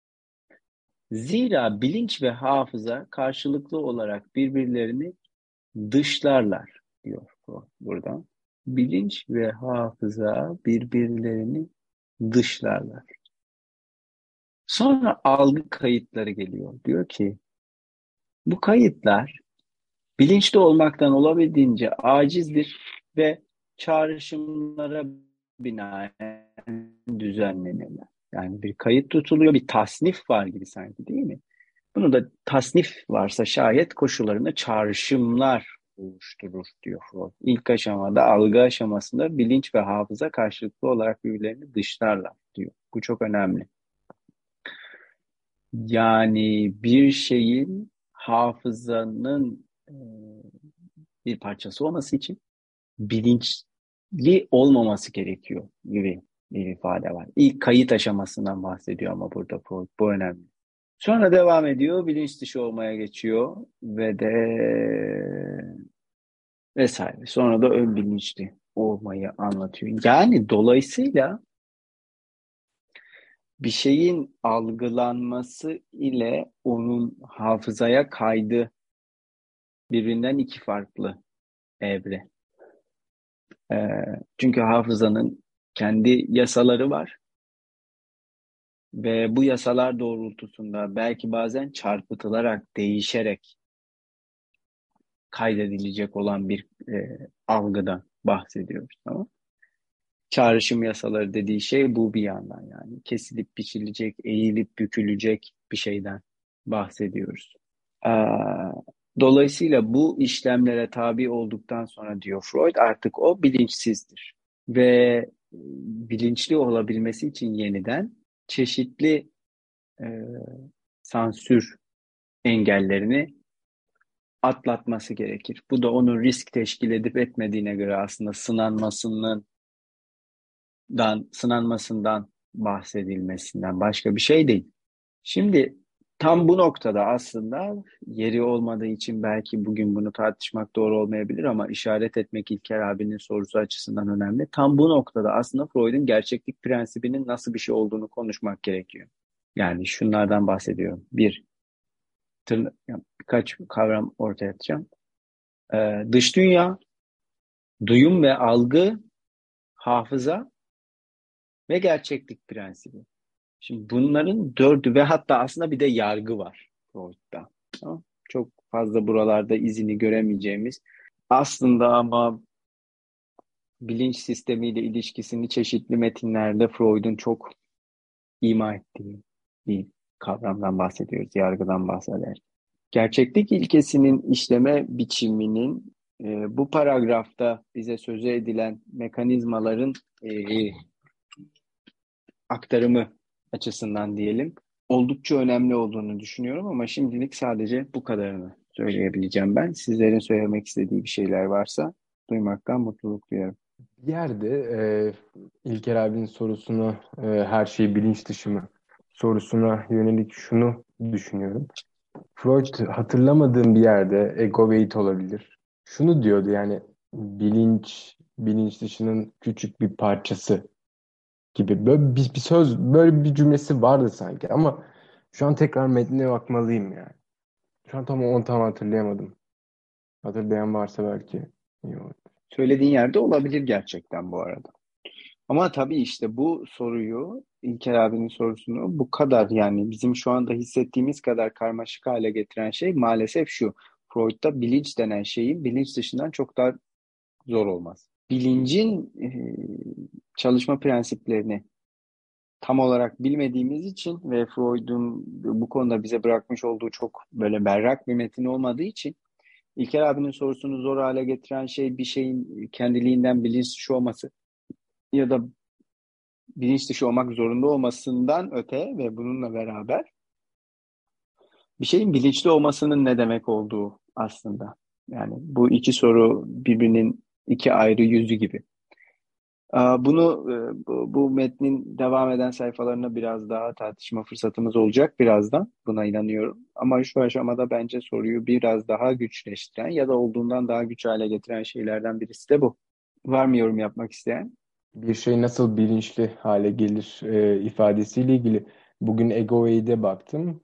Zira bilinç ve hafıza karşılıklı olarak birbirlerini dışlarlar diyor burada. Bilinç ve hafıza birbirlerini dışlarlar. Sonra algı kayıtları geliyor. Diyor ki bu kayıtlar bilinçli olmaktan olabildiğince acizdir ve çağrışımlara binaen düzenlenirler. Yani bir kayıt tutuluyor, bir tasnif var gibi sanki değil mi? Bunu da tasnif varsa şayet koşullarında çağrışımlar oluşturur diyor Freud. İlk aşamada algı aşamasında bilinç ve hafıza karşılıklı olarak birbirlerini dışlarlar diyor. Bu çok önemli. Yani bir şeyin hafızanın bir parçası olması için bilinçli olmaması gerekiyor gibi bir ifade var. İlk kayıt aşamasından bahsediyor ama burada Freud. Bu önemli. Sonra devam ediyor, bilinç dışı olmaya geçiyor ve de vesaire. Sonra da ön bilinçli olmayı anlatıyor. Yani dolayısıyla bir şeyin algılanması ile onun hafızaya kaydı birbirinden iki farklı evre. Çünkü hafızanın kendi yasaları var ve bu yasalar doğrultusunda belki bazen çarpıtılarak, değişerek kaydedilecek olan bir algıdan bahsediyoruz. Tamam? Çağrışım yasaları dediği şey bu bir yandan yani. Kesilip biçilecek, eğilip bükülecek bir şeyden bahsediyoruz. Ee, Dolayısıyla bu işlemlere tabi olduktan sonra diyor Freud artık o bilinçsizdir. Ve bilinçli olabilmesi için yeniden çeşitli e, sansür engellerini atlatması gerekir. Bu da onun risk teşkil edip etmediğine göre aslında sınanmasından bahsedilmesinden başka bir şey değil. Şimdi tam bu noktada aslında yeri olmadığı için belki bugün bunu tartışmak doğru olmayabilir ama işaret etmek İlker abinin sorusu açısından önemli. Tam bu noktada aslında Freud'un gerçeklik prensibinin nasıl bir şey olduğunu konuşmak gerekiyor. Yani şunlardan bahsediyorum. Birkaç kavram ortaya atacağım. Dış dünya, duyum ve algı, hafıza ve gerçeklik prensibi. Şimdi bunların dördü ve hatta aslında bir de yargı var Freud'da. Tamam. Çok fazla buralarda izini göremeyeceğimiz aslında ama bilinç sistemiyle ilişkisini çeşitli metinlerde Freud'un çok ima ettiği bir kavramdan bahsediyoruz, yargıdan bahseder. Gerçeklik ilkesinin işleme biçiminin bu paragrafta bize sözü edilen mekanizmaların aktarımı açısından diyelim oldukça önemli olduğunu düşünüyorum ama şimdilik sadece bu kadarını söyleyebileceğim ben. Sizlerin söylemek istediği bir şeyler varsa duymaktan mutluluk duyarım. Bir yerde İlker abinin sorusuna her şey bilinç dışı mı sorusuna yönelik şunu düşünüyorum. Freud hatırlamadığım bir yerde ego weight olabilir. Şunu diyordu yani bilinç dışının küçük bir parçası gibi. Böyle bir söz, böyle bir cümlesi vardı sanki ama şu an tekrar metnine bakmalıyım yani. Şu an onu tam hatırlayamadım. Hatırlayan varsa belki iyi olur. Söylediğin yerde olabilir gerçekten bu arada. Ama tabii işte bu soruyu, İlker abinin sorusunu bu kadar, yani bizim şu anda hissettiğimiz kadar karmaşık hale getiren şey maalesef şu. Freud'da bilinç denen şeyin bilinç dışından çok daha zor olmaz. Bilincin çalışma prensiplerini tam olarak bilmediğimiz için ve Freud'un bu konuda bize bırakmış olduğu çok böyle berrak bir metin olmadığı için İlker abinin sorusunu zor hale getiren şey bir şeyin kendiliğinden bilinç dışı olması ya da bilinç dışı olmak zorunda olmasından öte ve bununla beraber bir şeyin bilinçli olmasının ne demek olduğu aslında. Yani bu iki soru birbirinin iki ayrı yüzü gibi. Bunu bu metnin devam eden sayfalarına biraz daha tartışma fırsatımız olacak birazdan. Buna inanıyorum. Ama şu aşamada bence soruyu biraz daha güçleştiren ya da olduğundan daha güç hale getiren şeylerden birisi de bu. Var mı yorum yapmak isteyen? Bir şey nasıl bilinçli hale gelir ifadesiyle ilgili bugün Ego Weigh'de baktım.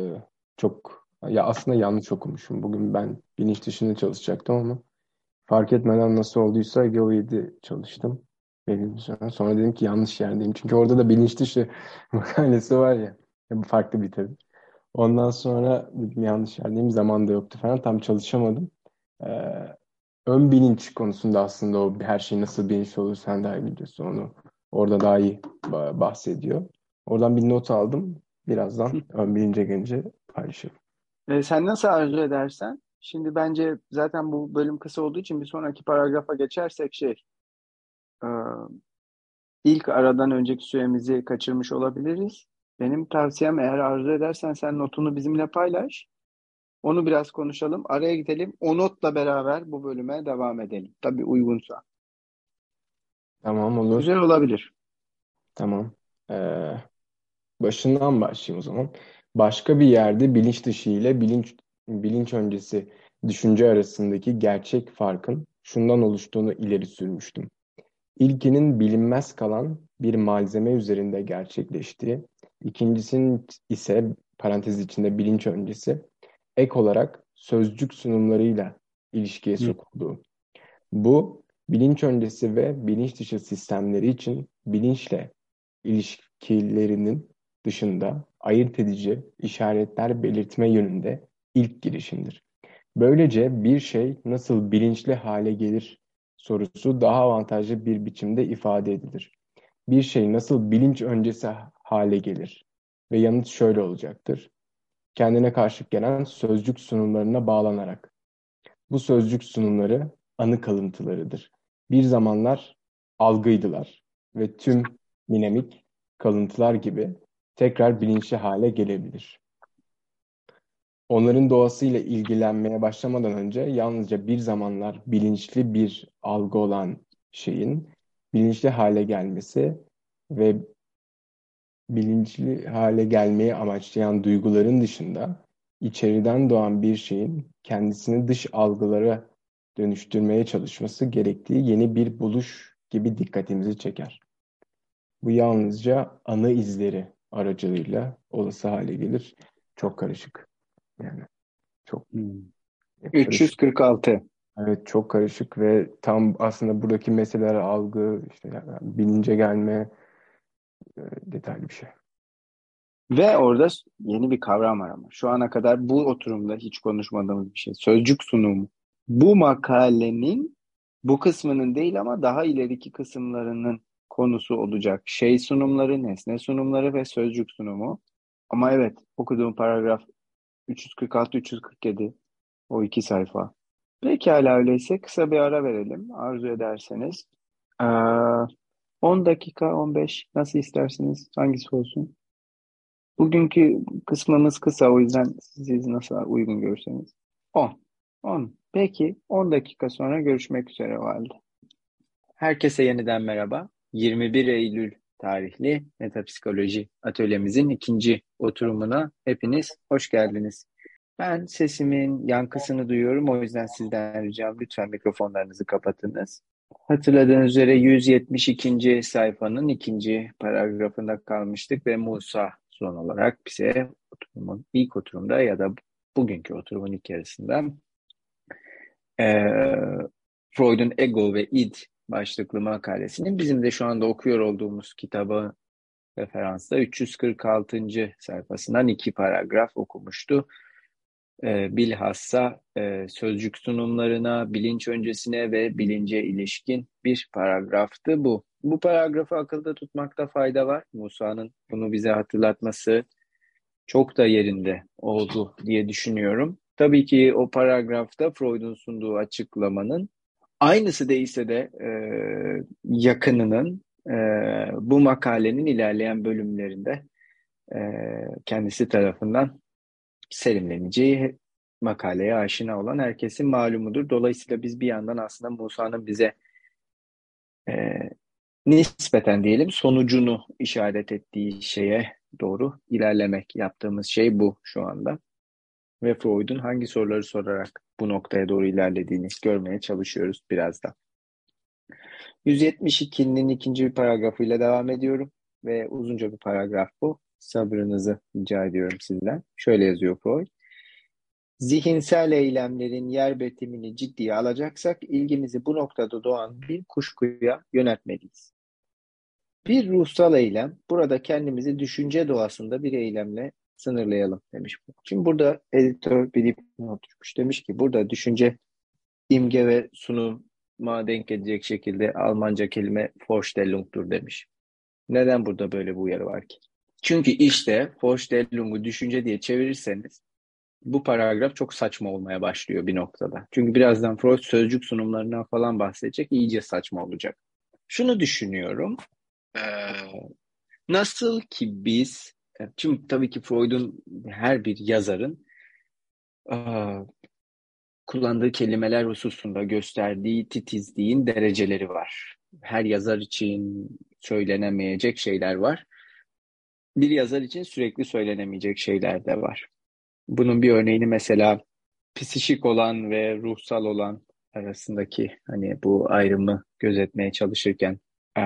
Çok ya aslında yanlış okumuşum. Bugün ben bilinç dışında çalışacaktım ama fark etmeden nasıl olduysa Ego Weigh'de çalıştım. Belli bir süre. Sonra dedim ki yanlış yerdeyim. Çünkü orada da bilinç dışı makalesi var ya. Bu farklı bir tabii. Ondan sonra dedim yanlış yerdeyim. Zaman da yoktu falan. Tam çalışamadım. Ee, Ön bilinç konusunda aslında o her şey nasıl bilinç olur sen daha iyi biliyorsun onu. Orada daha iyi bahsediyor. Oradan bir not aldım. Birazdan ön bilince gelince paylaşırım. Sen nasıl arzu edersen. Şimdi bence zaten bu bölüm kısa olduğu için bir sonraki paragrafa geçersek e, ilk aradan önceki süremizi kaçırmış olabiliriz. Benim tavsiyem, eğer arzu edersen sen notunu bizimle paylaş. Onu biraz konuşalım. Araya gidelim. O notla beraber bu bölüme devam edelim. Tabii uygunsa. Tamam olur. Güzel olabilir. Tamam. Ee, Başından başlayayım o zaman. Başka bir yerde bilinç dışı ile bilinç öncesi düşünce arasındaki gerçek farkın şundan oluştuğunu ileri sürmüştüm. İlkinin bilinmez kalan bir malzeme üzerinde gerçekleştiği, ikincisinin ise parantez içinde bilinç öncesi ek olarak sözcük sunumlarıyla ilişkiye Hı. sokulduğu. Bu bilinç öncesi ve bilinç dışı sistemleri için bilinçle ilişkilerinin dışında ayırt edici işaretler belirtme yönünde ilk girişimdir. Böylece bir şey nasıl bilinçli hale gelir sorusu daha avantajlı bir biçimde ifade edilir. Bir şey nasıl bilinç öncesi hale gelir? Ve yanıt şöyle olacaktır. Kendine karşılık gelen sözcük sunumlarına bağlanarak. Bu sözcük sunumları anı kalıntılarıdır. Bir zamanlar algıydılar ve tüm minemik kalıntılar gibi tekrar bilinçli hale gelebilir. Onların doğasıyla ilgilenmeye başlamadan önce yalnızca bir zamanlar bilinçli bir algı olan şeyin bilinçli hale gelmesi ve bilinçli hale gelmeyi amaçlayan duyguların dışında içeriden doğan bir şeyin kendisini dış algılara dönüştürmeye çalışması gerektiği yeni bir buluş gibi dikkatimizi çeker. Bu yalnızca anı izleri aracılığıyla olası hale gelir. Çok karışık. Yani çok Hmm. karışık. 346. Evet çok karışık ve tam aslında buradaki meseleler algı, işte yani bilince gelme detaylı bir şey. Ve orada yeni bir kavram var ama. Şu ana kadar bu oturumda hiç konuşmadığımız bir şey. Sözcük sunumu. Bu makalenin bu kısmının değil ama daha ileriki kısımlarının konusu olacak. Şey sunumları, nesne sunumları ve sözcük sunumu. Ama evet, okuduğum paragraf 346-347, o iki sayfa. Pekala, öyleyse kısa bir ara verelim arzu ederseniz. Ee, 10 dakika, 15, nasıl isterseniz, hangisi olsun? Bugünkü kısmımız kısa, o yüzden siz nasıl uygun görürseniz. 10. 10. Peki 10 dakika sonra görüşmek üzere o halde. Herkese yeniden merhaba. 21 Eylül tarihli Metapsikoloji atölyemizin ikinci oturumuna hepiniz hoş geldiniz. Ben sesimin yankısını duyuyorum. O yüzden sizden ricam lütfen mikrofonlarınızı kapatınız. Hatırladığınız üzere 172. sayfanın ikinci paragrafında kalmıştık ve Musa son olarak bize oturumun ilk oturumda ya da bugünkü oturumun ilk yarısında Freud'un Ego ve İd başlıklı makalesinin bizim de şu anda okuyor olduğumuz kitabı referansta 346. sayfasından iki paragraf okumuştu. Bilhassa sözcük sunumlarına, bilinç öncesine ve bilince ilişkin bir paragraftı bu. Bu paragrafı akılda tutmakta fayda var. Musa'nın bunu bize hatırlatması çok da yerinde oldu diye düşünüyorum. Tabii ki o paragrafta Freud'un sunduğu açıklamanın aynısı değilse de yakınının bu makalenin ilerleyen bölümlerinde kendisi tarafından serimleneceği makaleye aşina olan herkesin malumudur. Dolayısıyla biz bir yandan aslında Musa'nın bize nispeten diyelim sonucunu işaret ettiği şeye doğru ilerlemek, yaptığımız şey bu şu anda. Ve Freud'un hangi soruları sorarak bu noktaya doğru ilerlediğini görmeye çalışıyoruz biraz da. 172'nin ikinci bir paragrafıyla devam ediyorum ve uzunca bir paragraf bu. Sabrınızı rica ediyorum sizden. Şöyle yazıyor Freud. Zihinsel eylemlerin yer betimini ciddiye alacaksak ilgimizi bu noktada doğan bir kuşkuya yöneltmeliyiz. Bir ruhsal eylem, burada kendimizi düşünce doğasında bir eylemle sınırlayalım demiş. Şimdi burada editör bir dipnot tutmuş. Demiş ki burada düşünce, imge ve sunuma denk edecek şekilde Almanca kelime Vorstellung'dur demiş. Neden burada böyle bir uyarı var ki? Çünkü işte Vorstellung'u düşünce diye çevirirseniz bu paragraf çok saçma olmaya başlıyor bir noktada. Çünkü birazdan Freud sözcük sunumlarından falan bahsedecek, iyice saçma olacak. Şunu düşünüyorum. Nasıl ki biz, şimdi tabii ki Freud'un her bir yazarın kullandığı kelimeler hususunda gösterdiği titizliğin dereceleri var. Her yazar için söylenemeyecek şeyler var. Bir yazar için sürekli söylenemeyecek şeyler de var. Bunun bir örneğini mesela psişik olan ve ruhsal olan arasındaki hani bu ayrımı gözetmeye çalışırken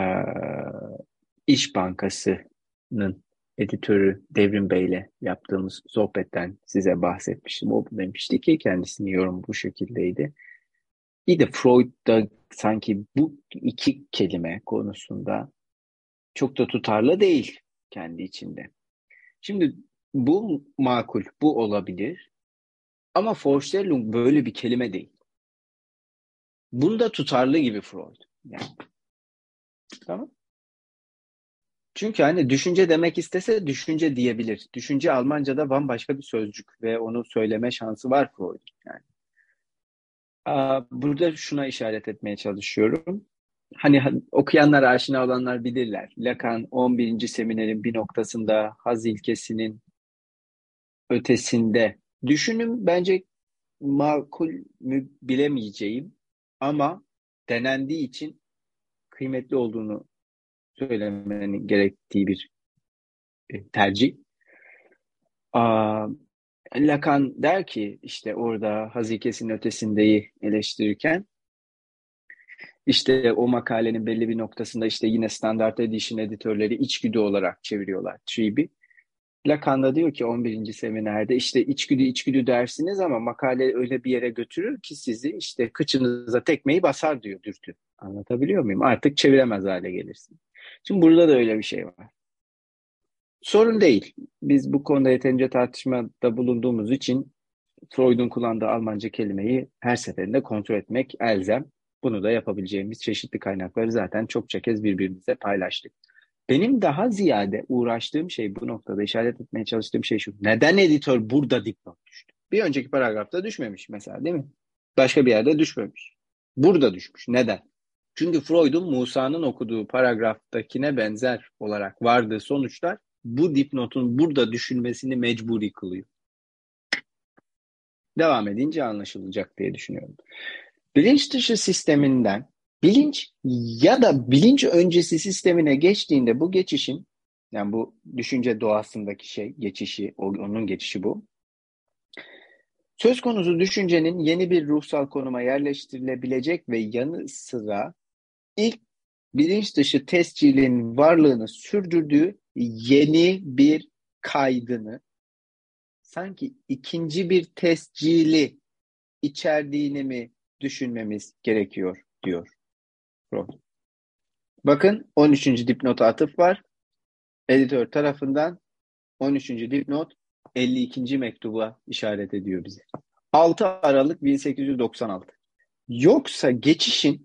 İş Bankası'nın editörü Devrim Bey'le yaptığımız sohbetten size bahsetmiştim. O demişti ki kendisinin yorumu bu şekildeydi. Bir de Freud da sanki bu iki kelime konusunda çok da tutarlı değil kendi içinde. Şimdi bu makul, bu olabilir. Ama Vorstellung böyle bir kelime değil. Bunda tutarlı gibi Freud. Yani. Tamam. Çünkü hani düşünce demek istese düşünce diyebilir. Düşünce Almanca'da bambaşka bir sözcük ve onu söyleme şansı var Freud. Yani. Burada şuna işaret etmeye çalışıyorum. Hani okuyanlar, aşina olanlar bilirler. Lacan 11. seminerin bir noktasında haz ilkesinin ötesinde düşünüm bence makul mü bilemeyeceğim ama denendiği için kıymetli olduğunu söylemenin gerektiği bir tercih. Lacan der ki işte orada haz ilkesinin ötesindeyi eleştirirken işte o makalenin belli bir noktasında işte yine Standard Edition editörleri içgüdü olarak çeviriyorlar Trieb'i. Lacan da diyor ki 11. seminerde işte içgüdü dersiniz ama makale öyle bir yere götürür ki sizi işte kıçınıza tekmeyi basar diyor dürtü. Anlatabiliyor muyum? Artık çeviremez hale gelirsin. Şimdi burada da öyle bir şey var. Sorun değil. Biz bu konuda yeterince tartışmada bulunduğumuz için Freud'un kullandığı Almanca kelimeyi her seferinde kontrol etmek elzem. Bunu da yapabileceğimiz çeşitli kaynakları zaten çokça kez birbirimize paylaştık. Benim daha ziyade uğraştığım şey bu noktada işaret etmeye çalıştığım şey şu. Neden editör burada dipnot düştü? Bir önceki paragrafta düşmemiş mesela değil mi? Başka bir yerde düşmemiş. Burada düşmüş. Neden? Çünkü Freud'un Musa'nın okuduğu paragraftakine benzer olarak vardığı sonuçlar bu dipnotun burada düşülmesini mecburi kılıyor. Devam edince anlaşılacak diye düşünüyorum. Bilinç dışı sisteminden bilinç ya da bilinç öncesi sistemine geçtiğinde bu geçişin, yani bu düşünce doğasındaki şey, geçişi, onun geçişi bu. Söz konusu düşüncenin yeni bir ruhsal konuma yerleştirilebilecek ve yanı sıra ilk bilinç dışı tescilin varlığını sürdürdüğü yeni bir kaydını sanki ikinci bir tescili içerdiğini mi düşünmemiz gerekiyor diyor Freud. Bakın 13. dipnota atıf var. Editör tarafından 13. dipnot 52. mektuba işaret ediyor bize. 6 Aralık 1896. Yoksa geçişin,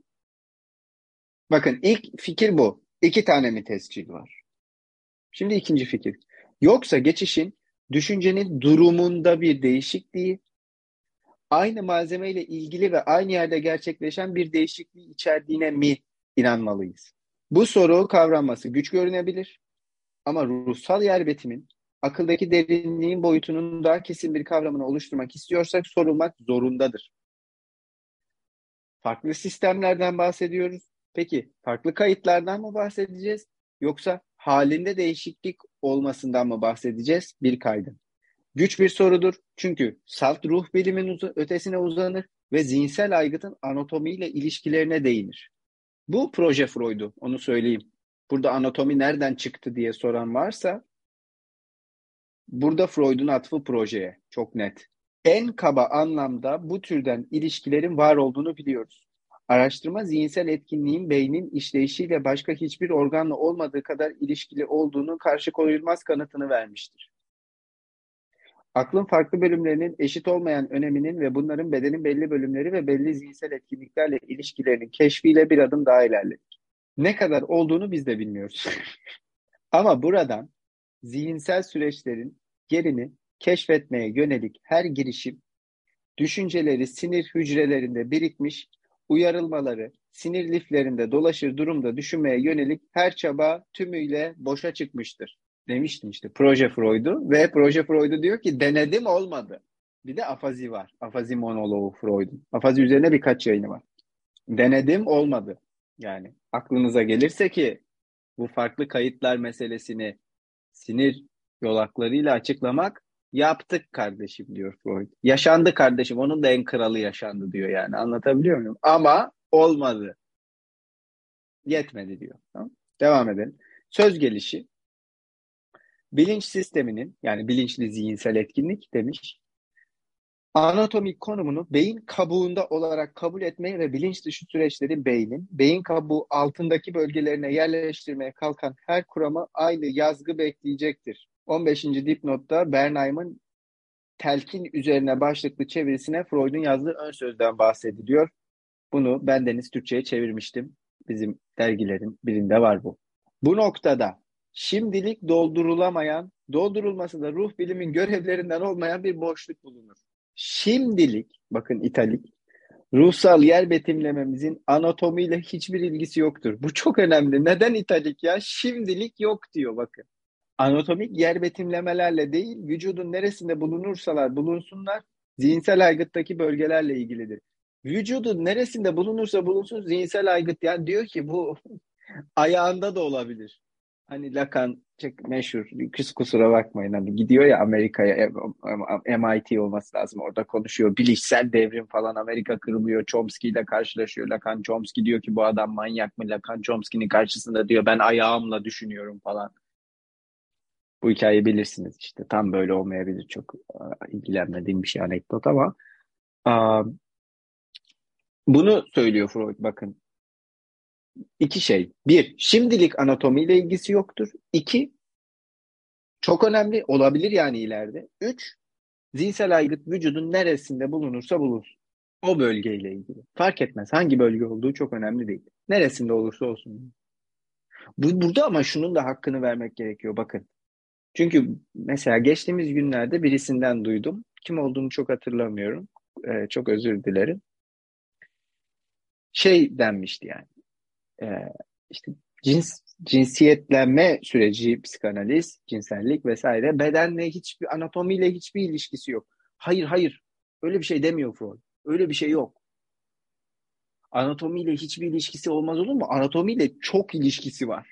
bakın ilk fikir bu. 2 tane mi tescil var? Şimdi ikinci fikir. Yoksa geçişin düşüncenin durumunda bir değişikliği, aynı malzemeyle ilgili ve aynı yerde gerçekleşen bir değişikliği içerdiğine mi inanmalıyız? Bu soru kavranması güç görünebilir ama ruhsal yer betimin akıldaki derinliğin boyutunun daha kesin bir kavramını oluşturmak istiyorsak sorulmak zorundadır. Farklı sistemlerden bahsediyoruz. Peki farklı kayıtlardan mı bahsedeceğiz yoksa halinde değişiklik olmasından mı bahsedeceğiz bir kaydın? Güç bir sorudur çünkü salt ruh bilimin ötesine uzanır ve zihinsel aygıtın anatomiyle ilişkilerine değinir. Bu proje Freud'u, onu söyleyeyim. Burada anatomi nereden çıktı diye soran varsa, burada Freud'un atfı projeye, çok net. En kaba anlamda bu türden ilişkilerin var olduğunu biliyoruz. Araştırma zihinsel etkinliğin beynin işleyişiyle başka hiçbir organla olmadığı kadar ilişkili olduğunu karşı koyulmaz kanıtını vermiştir. Aklın farklı bölümlerinin eşit olmayan öneminin ve bunların bedenin belli bölümleri ve belli zihinsel etkinliklerle ilişkilerinin keşfiyle bir adım daha ilerledik. Ne kadar olduğunu biz de bilmiyoruz. Ama buradan zihinsel süreçlerin yerini keşfetmeye yönelik her girişim, düşünceleri sinir hücrelerinde birikmiş, uyarılmaları sinir liflerinde dolaşır durumda düşünmeye yönelik her çaba tümüyle boşa çıkmıştır. Demiştim işte proje Freud'u ve proje Freud'u diyor ki denedim olmadı. Bir de afazi var. Afazi monoloğu Freud'un. Afazi üzerine birkaç yayını var. Denedim olmadı. Yani aklınıza gelirse ki bu farklı kayıtlar meselesini sinir yolaklarıyla açıklamak yaptık kardeşim diyor Freud. Yaşandı kardeşim. Onun da en kralı yaşandı diyor yani. Anlatabiliyor muyum? Ama olmadı. Yetmedi diyor. Tamam? Devam edelim. Söz gelişi bilinç sisteminin yani bilinçli zihinsel etkinlik demiş. Anatomik konumunu beyin kabuğunda olarak kabul etmeye ve bilinç dışı süreçleri beyin kabuğu altındaki bölgelerine yerleştirmeye kalkan her kurama aynı yazgı bekleyecektir. 15. dipnotta Bernheim'in telkin üzerine başlıklı çevirisine Freud'un yazdığı ön sözden bahsediliyor. Bunu bendeniz Türkçe'ye çevirmiştim. Bizim dergilerin birinde var bu. Bu noktada şimdilik doldurulması da ruh bilimin görevlerinden olmayan bir boşluk bulunur. Şimdilik, bakın italik, ruhsal yer betimlememizin anatomiyle hiçbir ilgisi yoktur. Bu çok önemli. Neden italik ya? Şimdilik yok diyor bakın. Anatomik yer betimlemelerle değil, vücudun neresinde bulunursalar bulunsunlar, zihinsel aygıttaki bölgelerle ilgilidir. Vücudun neresinde bulunursa bulunsun zihinsel aygıt. Yani diyor ki bu ayağında da olabilir. Hani Lacan çok meşhur, kusura bakmayın hani gidiyor ya Amerika'ya, MIT olması lazım, orada konuşuyor. Bilişsel devrim falan, Amerika kırılıyor. Chomsky ile karşılaşıyor. Lacan Chomsky diyor ki bu adam manyak mı? Lacan Chomsky'nin karşısında diyor ben ayağımla düşünüyorum falan. Bu hikayeyi bilirsiniz işte. Tam böyle olmayabilir. Çok ilgilenmediğim bir şey, anekdot ama bunu söylüyor Freud bakın. İki şey. Bir, şimdilik anatomiyle ilgisi yoktur. İki, çok önemli olabilir yani ileride. Üç, zihinsel aygıt vücudun neresinde bulunursa bulunsun. O bölgeyle ilgili. Fark etmez. Hangi bölge olduğu çok önemli değil. Neresinde olursa olsun. Burada ama şunun da hakkını vermek gerekiyor bakın. Çünkü mesela geçtiğimiz günlerde birisinden duydum. Kim olduğunu çok hatırlamıyorum. Çok özür dilerim. Şey denmişti yani. İşte cinsiyetlenme süreci, psikanaliz, cinsellik vesaire bedenle hiçbir, anatomiyle hiçbir ilişkisi yok. Hayır, Öyle bir şey demiyor Freud. Öyle bir şey yok. Anatomiyle hiçbir ilişkisi olmaz olur mu? Anatomiyle çok ilişkisi var.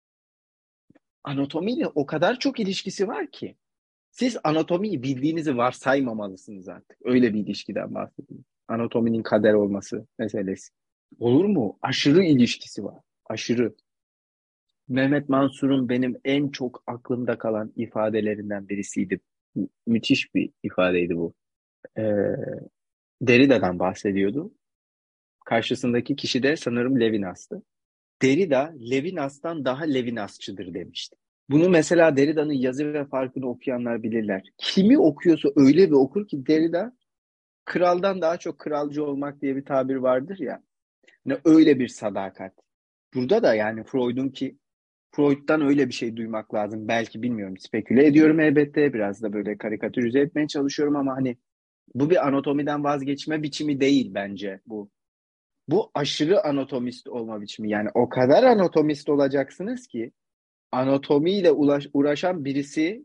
Anatomiyle o kadar çok ilişkisi var ki. Siz anatomiyi bildiğinizi varsaymamalısınız artık. Öyle bir ilişkiden bahsediyorum. Anatominin kader olması meselesi. Olur mu? Aşırı ilişkisi var. Aşırı. Mehmet Mansur'un benim en çok aklımda kalan ifadelerinden birisiydi. Müthiş bir ifadeydi bu. Ee, Derrida'dan bahsediyordu. Karşısındaki kişi de sanırım Levinas'tı. Derrida, Levinas'tan daha Levinasçıdır demişti. Bunu mesela Derrida'nın Yazı ve Farkını okuyanlar bilirler. Kimi okuyorsa öyle bir okur ki Derrida, kraldan daha çok kralcı olmak diye bir tabir vardır ya. Ne öyle bir sadakat. Burada da yani Freud'dan öyle bir şey duymak lazım. Belki bilmiyorum. Speküle ediyorum elbette. Biraz da böyle karikatürize etmeye çalışıyorum ama hani bu bir anatomiden vazgeçme biçimi değil bence bu. Bu aşırı anatomist olma biçimi. Yani o kadar anatomist olacaksınız ki anatomiyle uğraşan birisi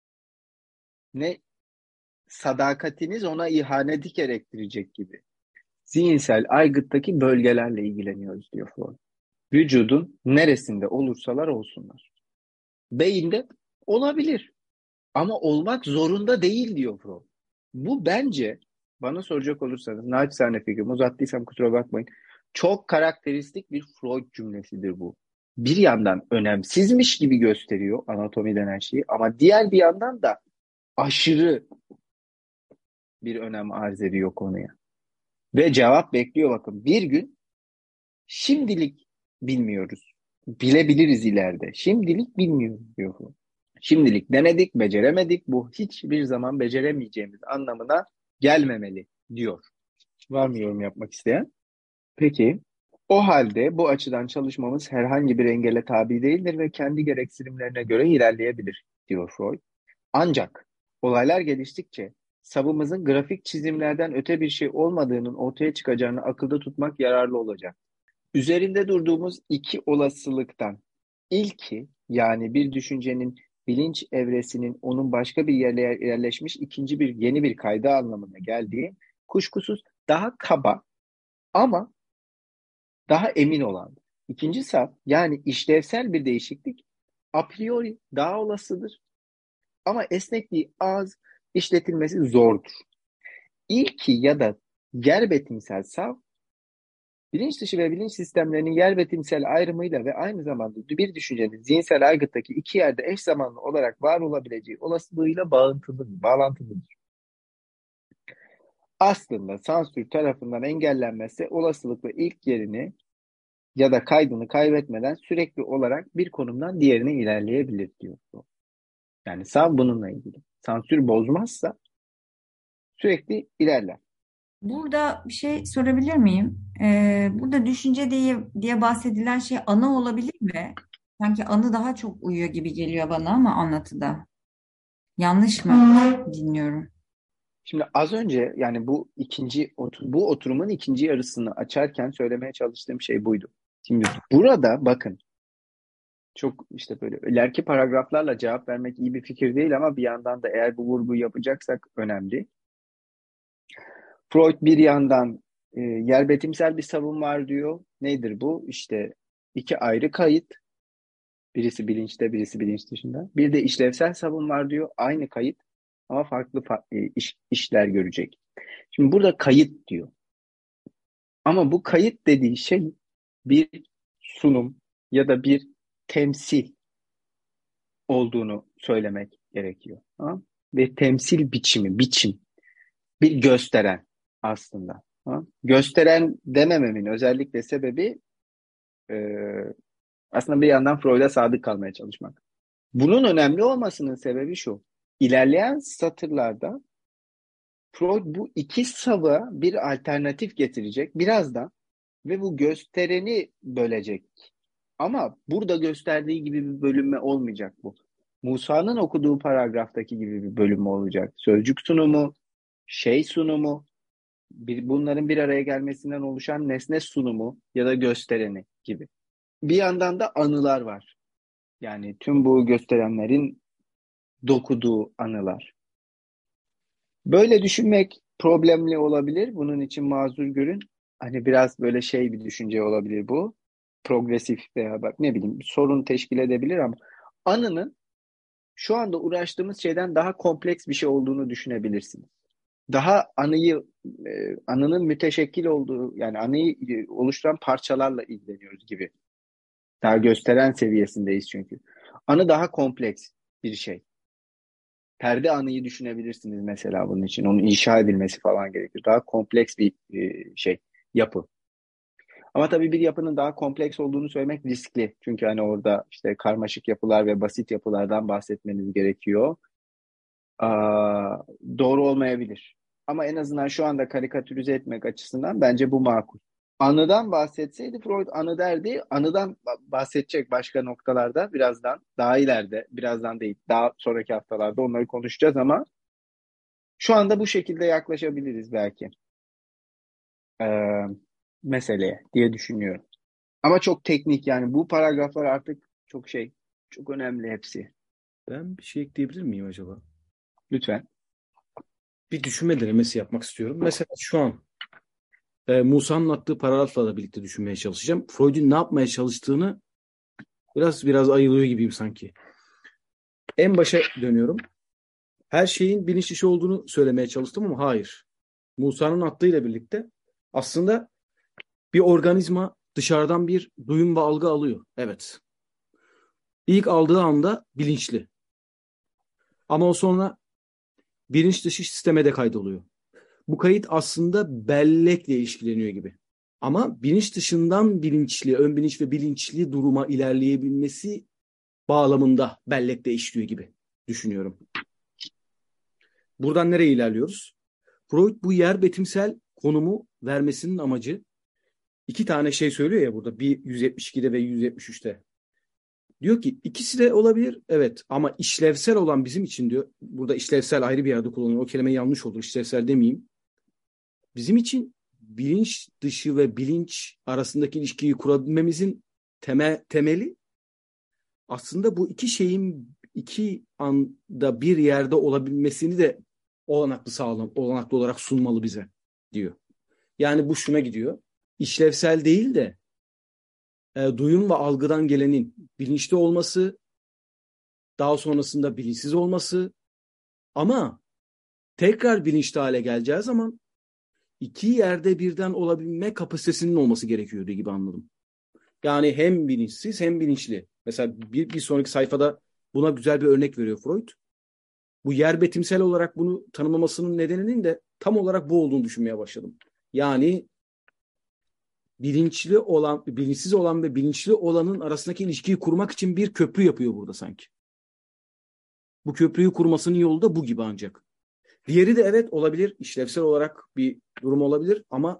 ne sadakatiniz ona ihaneti gerektirecek gibi. Zihinsel aygıttaki bölgelerle ilgileniyoruz diyor Freud. Vücudun neresinde olursalar olsunlar. Beyinde olabilir ama olmak zorunda değil diyor Freud. Bu bence bana soracak olursanız naçizane fikrim uzattıysam kusura bakmayın. Çok karakteristik bir Freud cümlesidir bu. Bir yandan önemsizmiş gibi gösteriyor anatomi denen şeyi ama diğer bir yandan da aşırı bir önem arz ediyor konuya. Ve cevap bekliyor bakın. Bir gün şimdilik bilmiyoruz. Bilebiliriz ileride. Şimdilik bilmiyoruz diyor bu. Şimdilik denedik, beceremedik. Bu hiçbir zaman beceremeyeceğimiz anlamına gelmemeli diyor. Var mı yorum yapmak isteyen? Peki, o halde bu açıdan çalışmamız herhangi bir engele tabi değildir ve kendi gereksinimlerine göre ilerleyebilir diyor Freud. Ancak olaylar geliştikçe savımızın grafik çizimlerden öte bir şey olmadığının ortaya çıkacağını akılda tutmak yararlı olacak. Üzerinde durduğumuz iki olasılıktan ilki yani bir düşüncenin bilinç evresinin onun başka bir yere yerleşmiş ikinci bir yeni bir kaydı anlamına geldiği kuşkusuz daha kaba ama daha emin olan. İkinci saf yani işlevsel bir değişiklik a priori daha olasıdır ama esnekliği az, işletilmesi zordur. İlki ya da yer betimsel saf, bilinç dışı ve bilinç sistemlerinin yer betimsel ayrımıyla ve aynı zamanda bir düşüncenin zihinsel aygıttaki iki yerde eş zamanlı olarak var olabileceği olasılığıyla bağlantılıdır. Aslında sansür tarafından engellenmesi olasılıkla ilk yerini ya da kaydını kaybetmeden sürekli olarak bir konumdan diğerine ilerleyebilir diyor. Yani sav bununla ilgili. Sansür bozmazsa sürekli ilerler. Burada bir şey sorabilir miyim? Burada düşünce diye bahsedilen şey anı olabilir mi? Sanki anı daha çok uyuyor gibi geliyor bana ama anlatıda. Yanlış mı dinliyorum? Şimdi az önce yani bu oturumun ikinci yarısını açarken söylemeye çalıştığım şey buydu. Şimdi burada bakın çok işte böyle ileriki paragraflarla cevap vermek iyi bir fikir değil ama bir yandan da eğer bu vurguyu yapacaksak önemli. Freud bir yandan yer betimsel bir savun var diyor. Nedir bu? İşte iki ayrı kayıt. Birisi bilinçte, birisi bilinç dışında. Bir de işlevsel savun var diyor. Aynı kayıt ama farklı işler görecek. Şimdi burada kayıt diyor. Ama bu kayıt dediği şey bir sunum ya da bir temsil olduğunu söylemek gerekiyor. Ha? Ve temsil biçim, bir gösteren aslında. Ha? Gösteren demememin özellikle sebebi e, aslında bir yandan Freud'a sadık kalmaya çalışmak. Bunun önemli olmasının sebebi şu. İlerleyen satırlarda Freud bu iki sava bir alternatif getirecek birazdan ve bu göstereni bölecek. Ama burada gösterdiği gibi bir bölünme olmayacak bu. Musa'nın okuduğu paragraftaki gibi bir bölünme olacak. Sözcük sunumu, şey sunumu, bunların bir araya gelmesinden oluşan nesne sunumu ya da göstereni gibi. Bir yandan da anılar var. Yani tüm bu gösterenlerin dokuduğu anılar. Böyle düşünmek problemli olabilir. Bunun için mazur görün. Hani biraz böyle şey bir düşünce olabilir bu. Progresif veya bak ne bileyim sorun teşkil edebilir ama anının şu anda uğraştığımız şeyden daha kompleks bir şey olduğunu düşünebilirsiniz. Daha anının müteşekkil olduğu yani anıyı oluşturan parçalarla ilgileniyoruz gibi. Daha gösteren seviyesindeyiz çünkü. Anı daha kompleks bir şey. Perde anıyı düşünebilirsiniz mesela bunun için. Onun inşa edilmesi falan gerekiyor. Daha kompleks bir şey, yapı. Ama tabii bir yapının daha kompleks olduğunu söylemek riskli. Çünkü hani orada işte karmaşık yapılar ve basit yapılardan bahsetmeniz gerekiyor. Aa, doğru olmayabilir. Ama en azından şu anda karikatürize etmek açısından bence bu makul. Anıdan bahsetseydi Freud anı derdi. Anıdan bahsedecek başka noktalarda birazdan, daha ileride, birazdan değil, daha sonraki haftalarda onları konuşacağız ama şu anda bu şekilde yaklaşabiliriz belki ee, meseleye diye düşünüyorum. Ama çok teknik yani bu paragraflar artık çok şey, çok önemli hepsi. Ben bir şey ekleyebilir miyim acaba? Lütfen. Bir düşünme denemesi yapmak istiyorum. Mesela şu an Musa'nın attığı paragrafla da birlikte düşünmeye çalışacağım. Freud'un ne yapmaya çalıştığını biraz ayılıyor gibiyim sanki. En başa dönüyorum. Her şeyin bilinç dışı olduğunu söylemeye çalıştım ama hayır. Musa'nın attığıyla birlikte aslında bir organizma dışarıdan bir duyum ve algı alıyor. Evet. İlk aldığı anda bilinçli. Ama o sonra bilinç dışı sisteme de kaydoluyor. Bu kayıt aslında bellekle ilişkileniyor gibi. Ama bilinç dışından bilinçli, ön bilinç ve bilinçli duruma ilerleyebilmesi bağlamında bellekle işliyor gibi düşünüyorum. Buradan nereye ilerliyoruz? Freud bu yer betimsel konumu vermesinin amacı iki tane şey söylüyor ya burada. Bir 172'de ve 173'te. Diyor ki ikisi de olabilir. Evet ama işlevsel olan bizim için diyor. Burada işlevsel ayrı bir yerde kullanıyor. O kelime yanlış olur. İşlevsel demeyeyim. Bizim için bilinç dışı ve bilinç arasındaki ilişkiyi kurabilmemizin temeli aslında bu iki şeyin iki anda bir yerde olabilmesini de olanaklı olarak sunmalı bize diyor. Yani bu şuna gidiyor. İşlevsel değil de duyum ve algıdan gelenin bilinçli olması, daha sonrasında bilinçsiz olması ama tekrar bilinçli hale geleceği zaman iki yerde birden olabilme kapasitesinin olması gerekiyordu gibi anladım. Yani hem bilinçsiz hem bilinçli. Mesela bir sonraki sayfada buna güzel bir örnek veriyor Freud. Bu yer betimsel olarak bunu tanımlamasının nedeninin de tam olarak bu olduğunu düşünmeye başladım. Yani bilinçli olan, bilinçsiz olan ve bilinçli olanın arasındaki ilişkiyi kurmak için bir köprü yapıyor burada sanki. Bu köprüyü kurmasının yolu da bu gibi ancak. Diğeri de evet olabilir, işlevsel olarak bir durum olabilir ama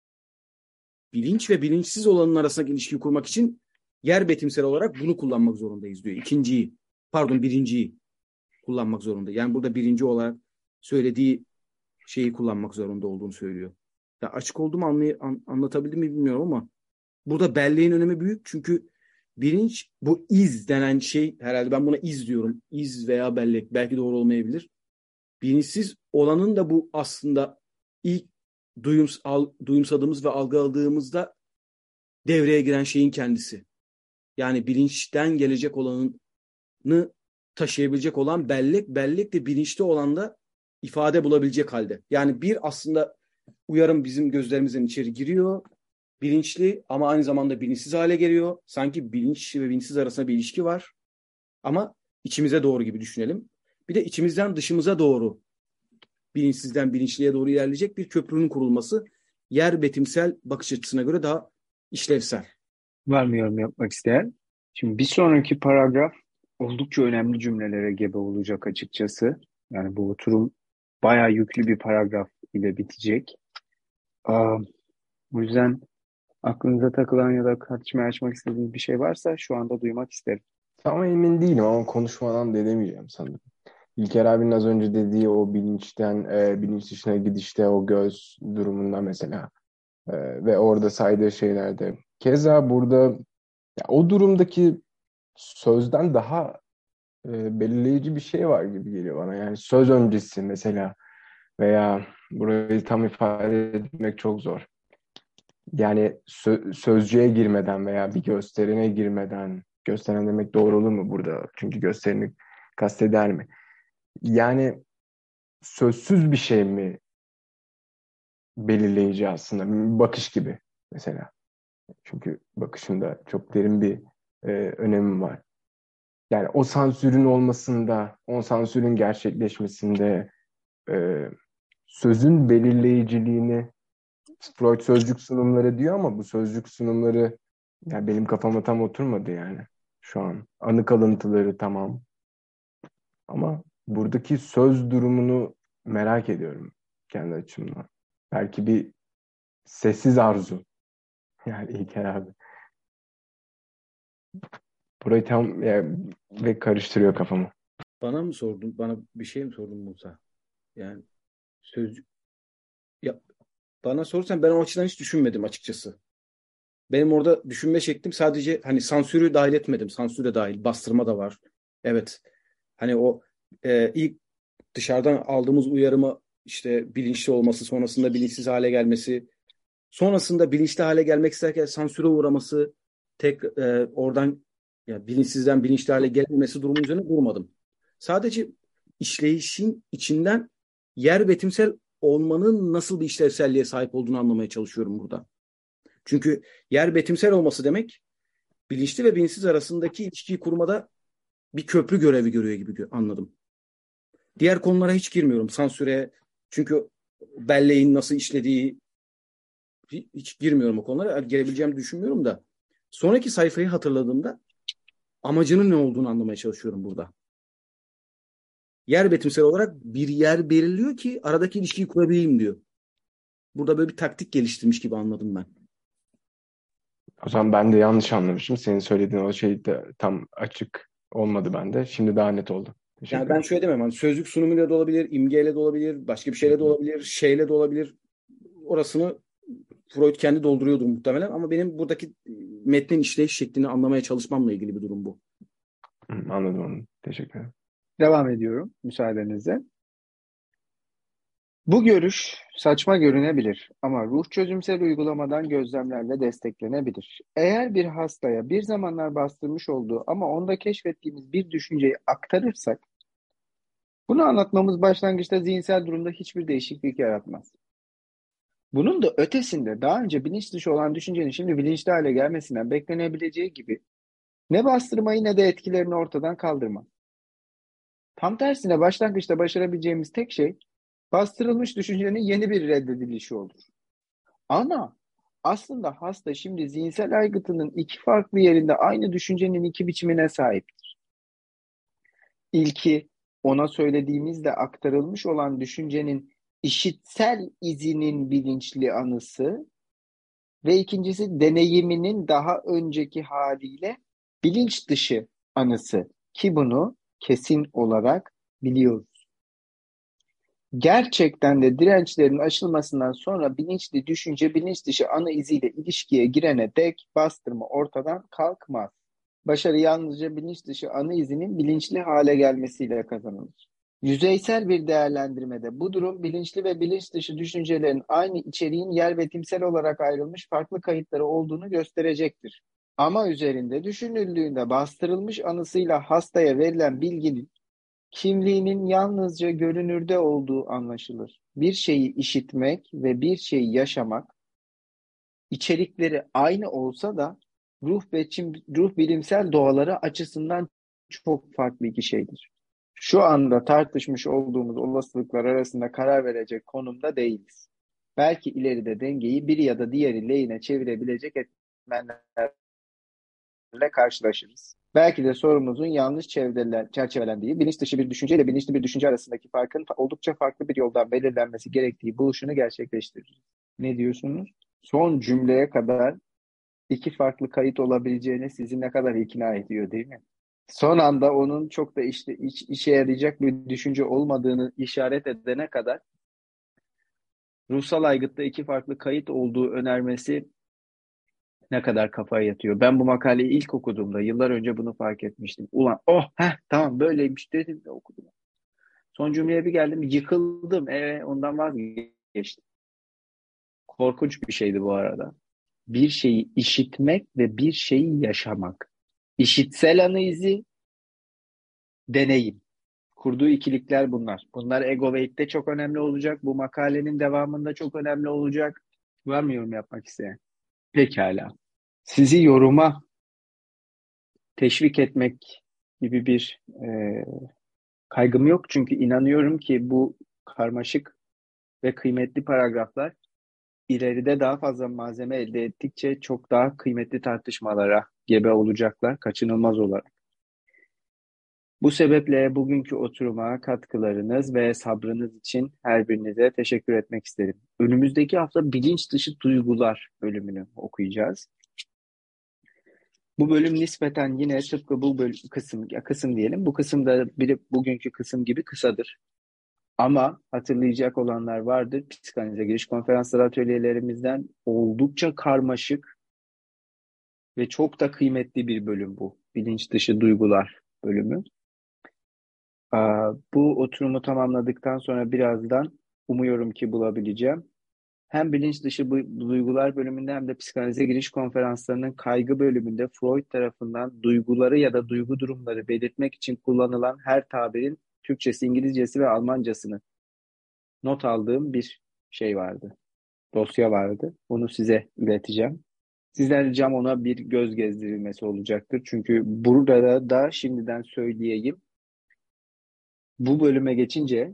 bilinç ve bilinçsiz olanın arasındaki ilişkiyi kurmak için yer betimsel olarak bunu kullanmak zorundayız diyor. Birinciyi kullanmak zorunda. Yani burada birinci olarak söylediği şeyi kullanmak zorunda olduğunu söylüyor. Ya açık oldu mu anlatabildim mi bilmiyorum ama burada belleğin önemi büyük çünkü bilinç bu iz denen şey herhalde ben buna iz diyorum. İz veya bellek belki doğru olmayabilir. Bilinçsiz olanın da bu aslında ilk duyumsadığımız ve algıladığımızda devreye giren şeyin kendisi. Yani bilinçten gelecek olanı taşıyabilecek olan bellek de bilinçli olan da ifade bulabilecek halde. Yani bir aslında uyarım bizim gözlerimizden içeri giriyor. Bilinçli ama aynı zamanda bilinçsiz hale geliyor. Sanki bilinç ve bilinçsiz arasında bir ilişki var. Ama içimize doğru gibi düşünelim. Bir de içimizden dışımıza doğru bilinçsizden bilinçliye doğru ilerleyecek bir köprünün kurulması yer betimsel bakış açısına göre daha işlevsel. Var mı yorum yapmak isteyen? Şimdi bir sonraki paragraf oldukça önemli cümlelere gebe olacak açıkçası. Yani bu oturum bayağı yüklü bir paragraf ile bitecek. O yüzden aklınıza takılan ya da tartışmaya açmak istediğiniz bir şey varsa şu anda duymak isterim. Tam emin değilim ama konuşmadan da edemeyeceğim sanırım. İlker abinin az önce dediği o bilinçten bilinç dışına gidişte o göz durumunda mesela ve orada saydığı şeylerde. Keza burada ya, o durumdaki sözden daha belirleyici bir şey var gibi geliyor bana. Yani söz öncesi mesela veya burayı tam ifade etmek çok zor. Yani sözcüğe girmeden veya bir gösterine girmeden, gösteren demek doğru olur mu burada? Çünkü gösterini kasteder mi? Yani sözsüz bir şey mi belirleyici aslında? Bir bakış gibi mesela. Çünkü bakışında çok derin bir önemi var. Yani o sansürün olmasında, o sansürün gerçekleşmesinde e, sözün belirleyiciliğini Freud sözcük sunumları diyor ama bu sözcük sunumları ya benim kafama tam oturmadı yani şu an. Anı kalıntıları tamam ama buradaki söz durumunu merak ediyorum kendi açımdan. Belki bir sessiz arzu. Yani İlker abi. Burayı tam ve karıştırıyor kafamı. Bana mı sordun? Bana bir şey mi sordun Musa? Yani sözcük ya bana sorsan ben o açıdan hiç düşünmedim açıkçası. Benim orada düşünme şeklim sadece hani sansürü dahil etmedim. Sansür de dahil, bastırma da var. Evet. Hani o ilk dışarıdan aldığımız uyarımı işte bilinçli olması, sonrasında bilinçsiz hale gelmesi, sonrasında bilinçli hale gelmek isterken sansüre uğraması, tek oradan ya bilinçsizden bilinçli hale gelmesi durumu üzerine durmadım. Sadece işleyişin içinden yer betimsel olmanın nasıl bir işlevselliğe sahip olduğunu anlamaya çalışıyorum burada. Çünkü yer betimsel olması demek bilinçli ve bilinçsiz arasındaki ilişkiyi kurmada bir köprü görevi görüyor gibi anladım. Diğer konulara hiç girmiyorum. Sansüre, çünkü belleğin nasıl işlediği hiç girmiyorum o konulara. Girebileceğimi düşünmüyorum da. Sonraki sayfayı hatırladığımda amacının ne olduğunu anlamaya çalışıyorum burada. Yer betimsel olarak bir yer belirliyor ki aradaki ilişkiyi kurabileyim diyor. Burada böyle bir taktik geliştirmiş gibi anladım ben. O zaman ben de yanlış anlamışım. Senin söylediğin o şey de tam açık olmadı bende. Şimdi daha net oldu. Yani Teşekkür ben ederim. şöyle demem. Hani sözlük sunumuyla da olabilir, imgeyle de olabilir, başka bir şeyle de olabilir, şeyle de olabilir. Orasını Freud kendi dolduruyordur muhtemelen ama benim buradaki metnin işleyiş şeklini anlamaya çalışmamla ilgili bir durum bu. Anladım onu. Teşekkür ederim. Devam ediyorum müsaadenizle. Bu görüş saçma görünebilir ama ruh çözümsel uygulamadan gözlemlerle desteklenebilir. Eğer bir hastaya bir zamanlar bastırmış olduğu ama onda keşfettiğimiz bir düşünceyi aktarırsak, bunu anlatmamız başlangıçta zihinsel durumda hiçbir değişiklik yaratmaz. Bunun da ötesinde daha önce bilinç dışı olan düşüncenin şimdi bilinçli hale gelmesinden beklenebileceği gibi ne bastırmayı ne de etkilerini ortadan kaldırmaz. Tam tersine başlangıçta başarabileceğimiz tek şey bastırılmış düşüncenin yeni bir reddedilişi olur. Ama aslında hasta şimdi zihinsel aygıtının iki farklı yerinde aynı düşüncenin iki biçimine sahiptir. İlki ona söylediğimizde aktarılmış olan düşüncenin işitsel izinin bilinçli anısı ve ikincisi deneyiminin daha önceki haliyle bilinç dışı anısı ki bunu kesin olarak biliyoruz. Gerçekten de dirençlerin aşılmasından sonra bilinçli düşünce bilinç dışı anı iziyle ilişkiye girene dek bastırma ortadan kalkmaz. Başarı yalnızca bilinç dışı anı izinin bilinçli hale gelmesiyle kazanılır. Yüzeysel bir değerlendirmede bu durum bilinçli ve bilinç dışı düşüncelerin aynı içeriğin yer ve timsel olarak ayrılmış farklı kayıtları olduğunu gösterecektir. Ama üzerinde düşünüldüğünde bastırılmış anısıyla hastaya verilen bilginin kimliğinin yalnızca görünürde olduğu anlaşılır. Bir şeyi işitmek ve bir şeyi yaşamak, içerikleri aynı olsa da ruh bilimsel doğaları açısından çok farklı iki şeydir. Şu anda tartışmış olduğumuz olasılıklar arasında karar verecek konumda değiliz. Belki ileride dengeyi biri ya da diğeri lehine çevirebilecek etmenlerle karşılaşırız. Belki de sorumuzun yanlış çerçevelendiği, bilinç dışı bir düşünce ile bilinçli bir düşünce arasındaki farkın oldukça farklı bir yoldan belirlenmesi gerektiği buluşunu gerçekleştiririz. Ne diyorsunuz? Son cümleye kadar iki farklı kayıt olabileceğine sizi ne kadar ikna ediyor, değil mi? Son anda onun çok da işe yarayacak bir düşünce olmadığını işaret edene kadar ruhsal aygıtta iki farklı kayıt olduğu önermesi ne kadar kafaya yatıyor. Ben bu makaleyi ilk okuduğumda yıllar önce bunu fark etmiştim. Ulan tamam böyleymiş dedim de okudum. Son cümleye bir geldim, yıkıldım. Ondan vazgeçtim. Korkunç bir şeydi bu arada. Bir şeyi işitmek ve bir şeyi yaşamak. İşitsel analizi, deneyim. Kurduğu ikilikler bunlar. Bunlar Ego Weight'te çok önemli olacak. Bu makalenin devamında çok önemli olacak. Var mı yorum yapmak isteyen? Pekala. Sizi yoruma teşvik etmek gibi bir kaygım yok. Çünkü inanıyorum ki bu karmaşık ve kıymetli paragraflar ileride daha fazla malzeme elde ettikçe çok daha kıymetli tartışmalara gebe olacaklar, kaçınılmaz olarak. Bu sebeple bugünkü oturuma katkılarınız ve sabrınız için her birinize teşekkür etmek isterim. Önümüzdeki hafta bilinç dışı duygular bölümünü okuyacağız. Bu bölüm nispeten yine tıpkı bu kısım diyelim. Bu kısımda bugünkü kısım gibi kısadır. Ama hatırlayacak olanlar vardır. Psikanalize giriş konferansları atölyelerimizden oldukça karmaşık ve çok da kıymetli bir bölüm bu. Bilinç dışı duygular bölümü. Bu oturumu tamamladıktan sonra birazdan umuyorum ki bulabileceğim. Hem bilinç dışı duygular bölümünde hem de psikanalize giriş konferanslarının kaygı bölümünde Freud tarafından duyguları ya da duygu durumları belirtmek için kullanılan her tabirin Türkçesi, İngilizcesi ve Almancasını not aldığım bir şey vardı. Dosya vardı. Onu size ileteceğim. Sizden ricam ona bir göz gezdirilmesi olacaktır. Çünkü burada da şimdiden söyleyeyim. Bu bölüme geçince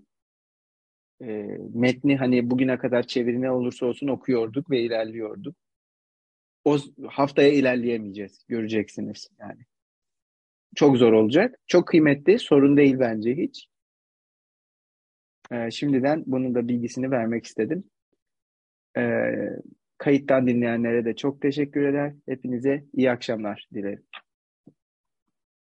metni hani bugüne kadar çeviri ne olursa olsun okuyorduk ve ilerliyorduk. O haftaya ilerleyemeyeceğiz. Göreceksiniz yani. Çok zor olacak. Çok kıymetli. Sorun değil bence hiç. Şimdiden bunun da bilgisini vermek istedim. Kayıttan dinleyenlere de çok teşekkür eder. Hepinize iyi akşamlar dilerim.